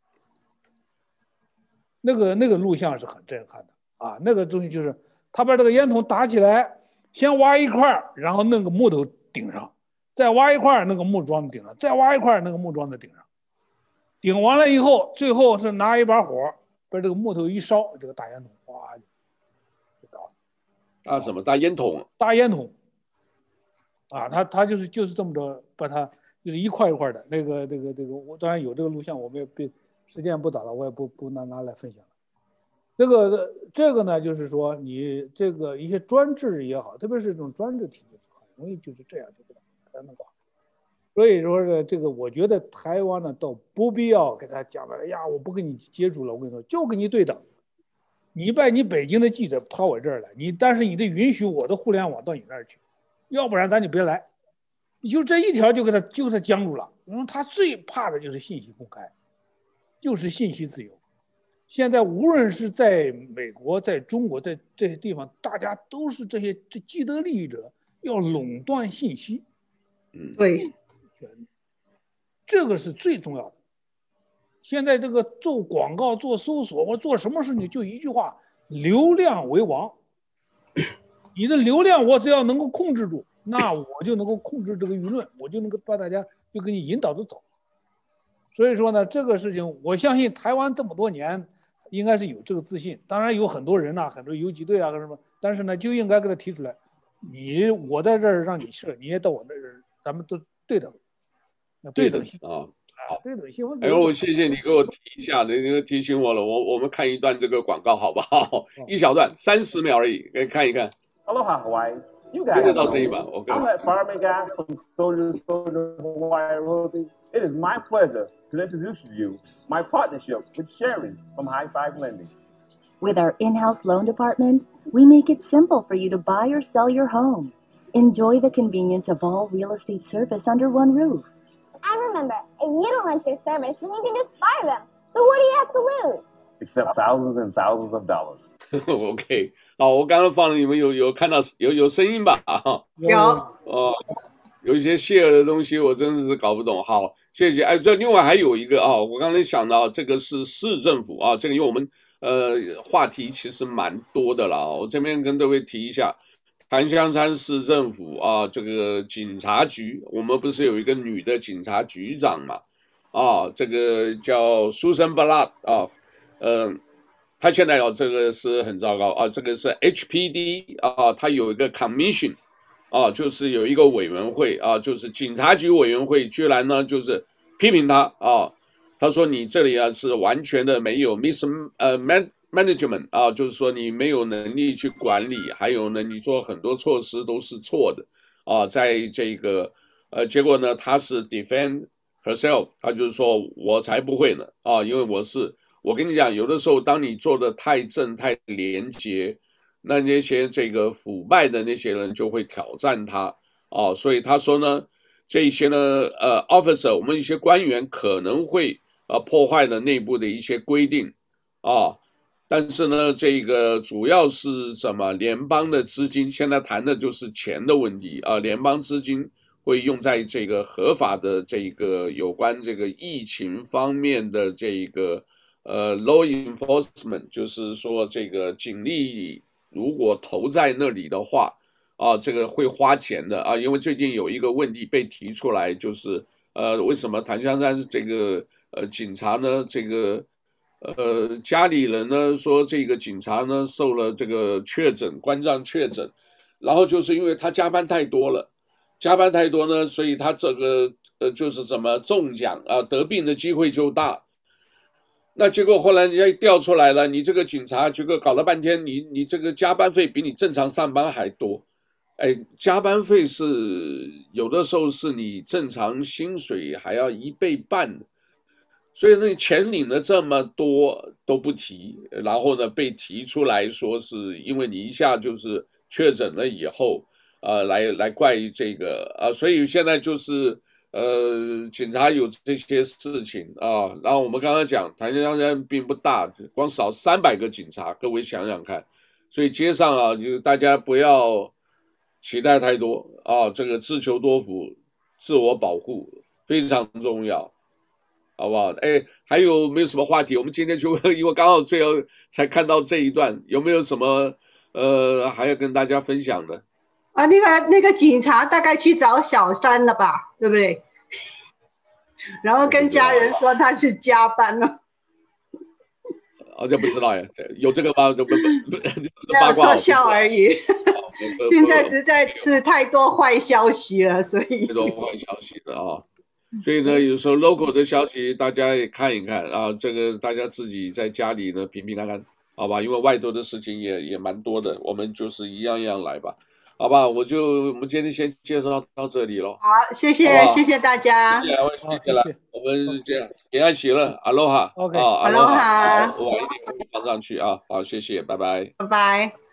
那个那个录像是很震撼的啊！那个东西就是他把这个烟筒打起来，先挖一块，然后弄个木头顶上，再挖一块，那个木桩顶上，再挖一块，那个木桩的顶上，顶完了以后，最后是拿一把火把这个木头一烧，这个大烟筒哗就倒了。 大什么大烟筒？ 大烟筒啊，他他就是就是这么着把它就是一块一块的那个那个那个，我当然有这个录像，我们也被。时间不早了，我也不不拿拿来分享了。这个这个呢，就是说你这个一些专制也好，特别是这种专制体制，很容易就是这样就给它弄垮。所以说呢，这个我觉得台湾呢，倒不必要给他讲了，哎呀，我不跟你接触了，我跟你说，就跟你对等。你把你北京的记者跑我这儿来，你但是你得允许我的互联网到你那儿去，要不然咱就别来。你就这一条就给他就给他僵住了，因为他最怕的就是信息公开。就是信息自由。现在无论是在美国、在中国，在这些地方，大家都是这些这既得利益者要垄断信息。 嗯， 对， 这个是最重要的。现在这个做广告、做搜索或做什么事情，就一句话：流量为王。你的流量我只要能够控制住，那我就能够控制这个舆论，我就能够把大家就给你引导着走。所以说呢，这个事情我相信台湾这么多年应该是有这个自信。当然有很多人呐、啊，很多游击队啊和什么，但是呢就应该给他提出来，你我在这儿让你设，你也到我那儿，咱们都对等， 对等性啊， 好，对等性。 哎呦，谢谢你给我提一下，你你提醒我了，我我们看一段这个广告好不好？一小段，三十秒而已，给看一看。 Aloha Hawaii. You guys 听得到声音吧 ？OK。 I'm that fireman guy from Soldier Soldier Hawaii Royalty. It is my pleasure to introduce to you my partnership with Sherry from High Five Lending. With our in-house loan department, we make it simple for you to buy or sell your home. Enjoy the convenience of all real estate service under one roof. And remember, if you don't like their service, then you can just fire them. So what do you have to lose? Except thousands and thousands of dollars. OK， 好，我刚刚放了，你们有有看到有有声音吧？ 有哦，有一些 share 的东西，我真的是搞不懂。好，谢谢。哎，这另外还有一个啊，我刚才想到这个是市政府啊，这个因为我们呃话题其实蛮多的了，我这边跟各位提一下，檀香山市政府啊，这个警察局，我们不是有一个女的警察局长嘛？啊，这个叫苏珊·布拉啊，呃。他现在哦，这个是很糟糕啊，这个是 H P D 啊，他有一个 commission 啊，就是有一个委员会啊，就是警察局委员会，居然呢就是批评他啊，他说你这里啊是完全的没有 mis 呃 man management 啊，就是说你没有能力去管理，还有呢你做很多措施都是错的啊，在这个呃结果呢他是 defend herself， 他就是说我才不会呢啊，因为我是。我跟你讲，有的时候当你做的太正太廉洁，那那些这个腐败的那些人就会挑战他啊，所以他说呢，这些呢，呃 ，officer， 我们一些官员可能会呃破坏了内部的一些规定啊，但是呢，这个主要是什么？联邦的资金，现在谈的就是钱的问题啊，联邦资金会用在这个合法的这个有关这个疫情方面的这个。呃 ，law enforcement 就是说，这个警力如果投在那里的话，啊，这个会花钱的啊，因为最近有一个问题被提出来，就是呃，为什么檀香山这个呃警察呢？这个呃家里人呢说这个警察呢受了这个确诊，关张确诊，然后就是因为他加班太多了，加班太多呢，所以他这个呃就是怎么中奖啊、呃、得病的机会就大。那结果后来人家调出来了，你这个警察结果搞了半天，你你这个加班费比你正常上班还多。哎，加班费是有的时候是你正常薪水还要一倍半，所以那钱领了这么多都不提，然后呢被提出来说是因为你一下就是确诊了以后，呃，来来怪这个啊、呃，所以现在就是呃，警察有这些事情啊。然后我们刚刚讲檀香山并不大，光少三百个警察，各位想想看，所以街上啊，就大家不要期待太多啊，这个自求多福，自我保护非常重要，好不好？哎，还有没有什么话题？我们今天就因为刚好最后才看到这一段，有没有什么呃还要跟大家分享的？ 啊，那个那个警察大概去找小三了吧，对不对？然后跟家人说他是加班了。 哦，这不知道呀，有这个吗？不不不， 没有说笑而已。现在实在是太多坏消息了，所以太多坏消息了啊！所以呢，有时候 local 的消息大家也看一看啊，这个大家自己在家里呢平平安安，好吧？因为外头的事情也也蛮多的，我们就是一样一样来吧，好吧？我就我们今天先介绍到这里咯。 好，谢谢谢谢大家， 谢谢谢谢了，我们这样平安喜乐，阿罗哈 ，OK， 啊， 阿罗哈， 晚一点会放上去啊，好，谢谢，拜拜， 拜拜。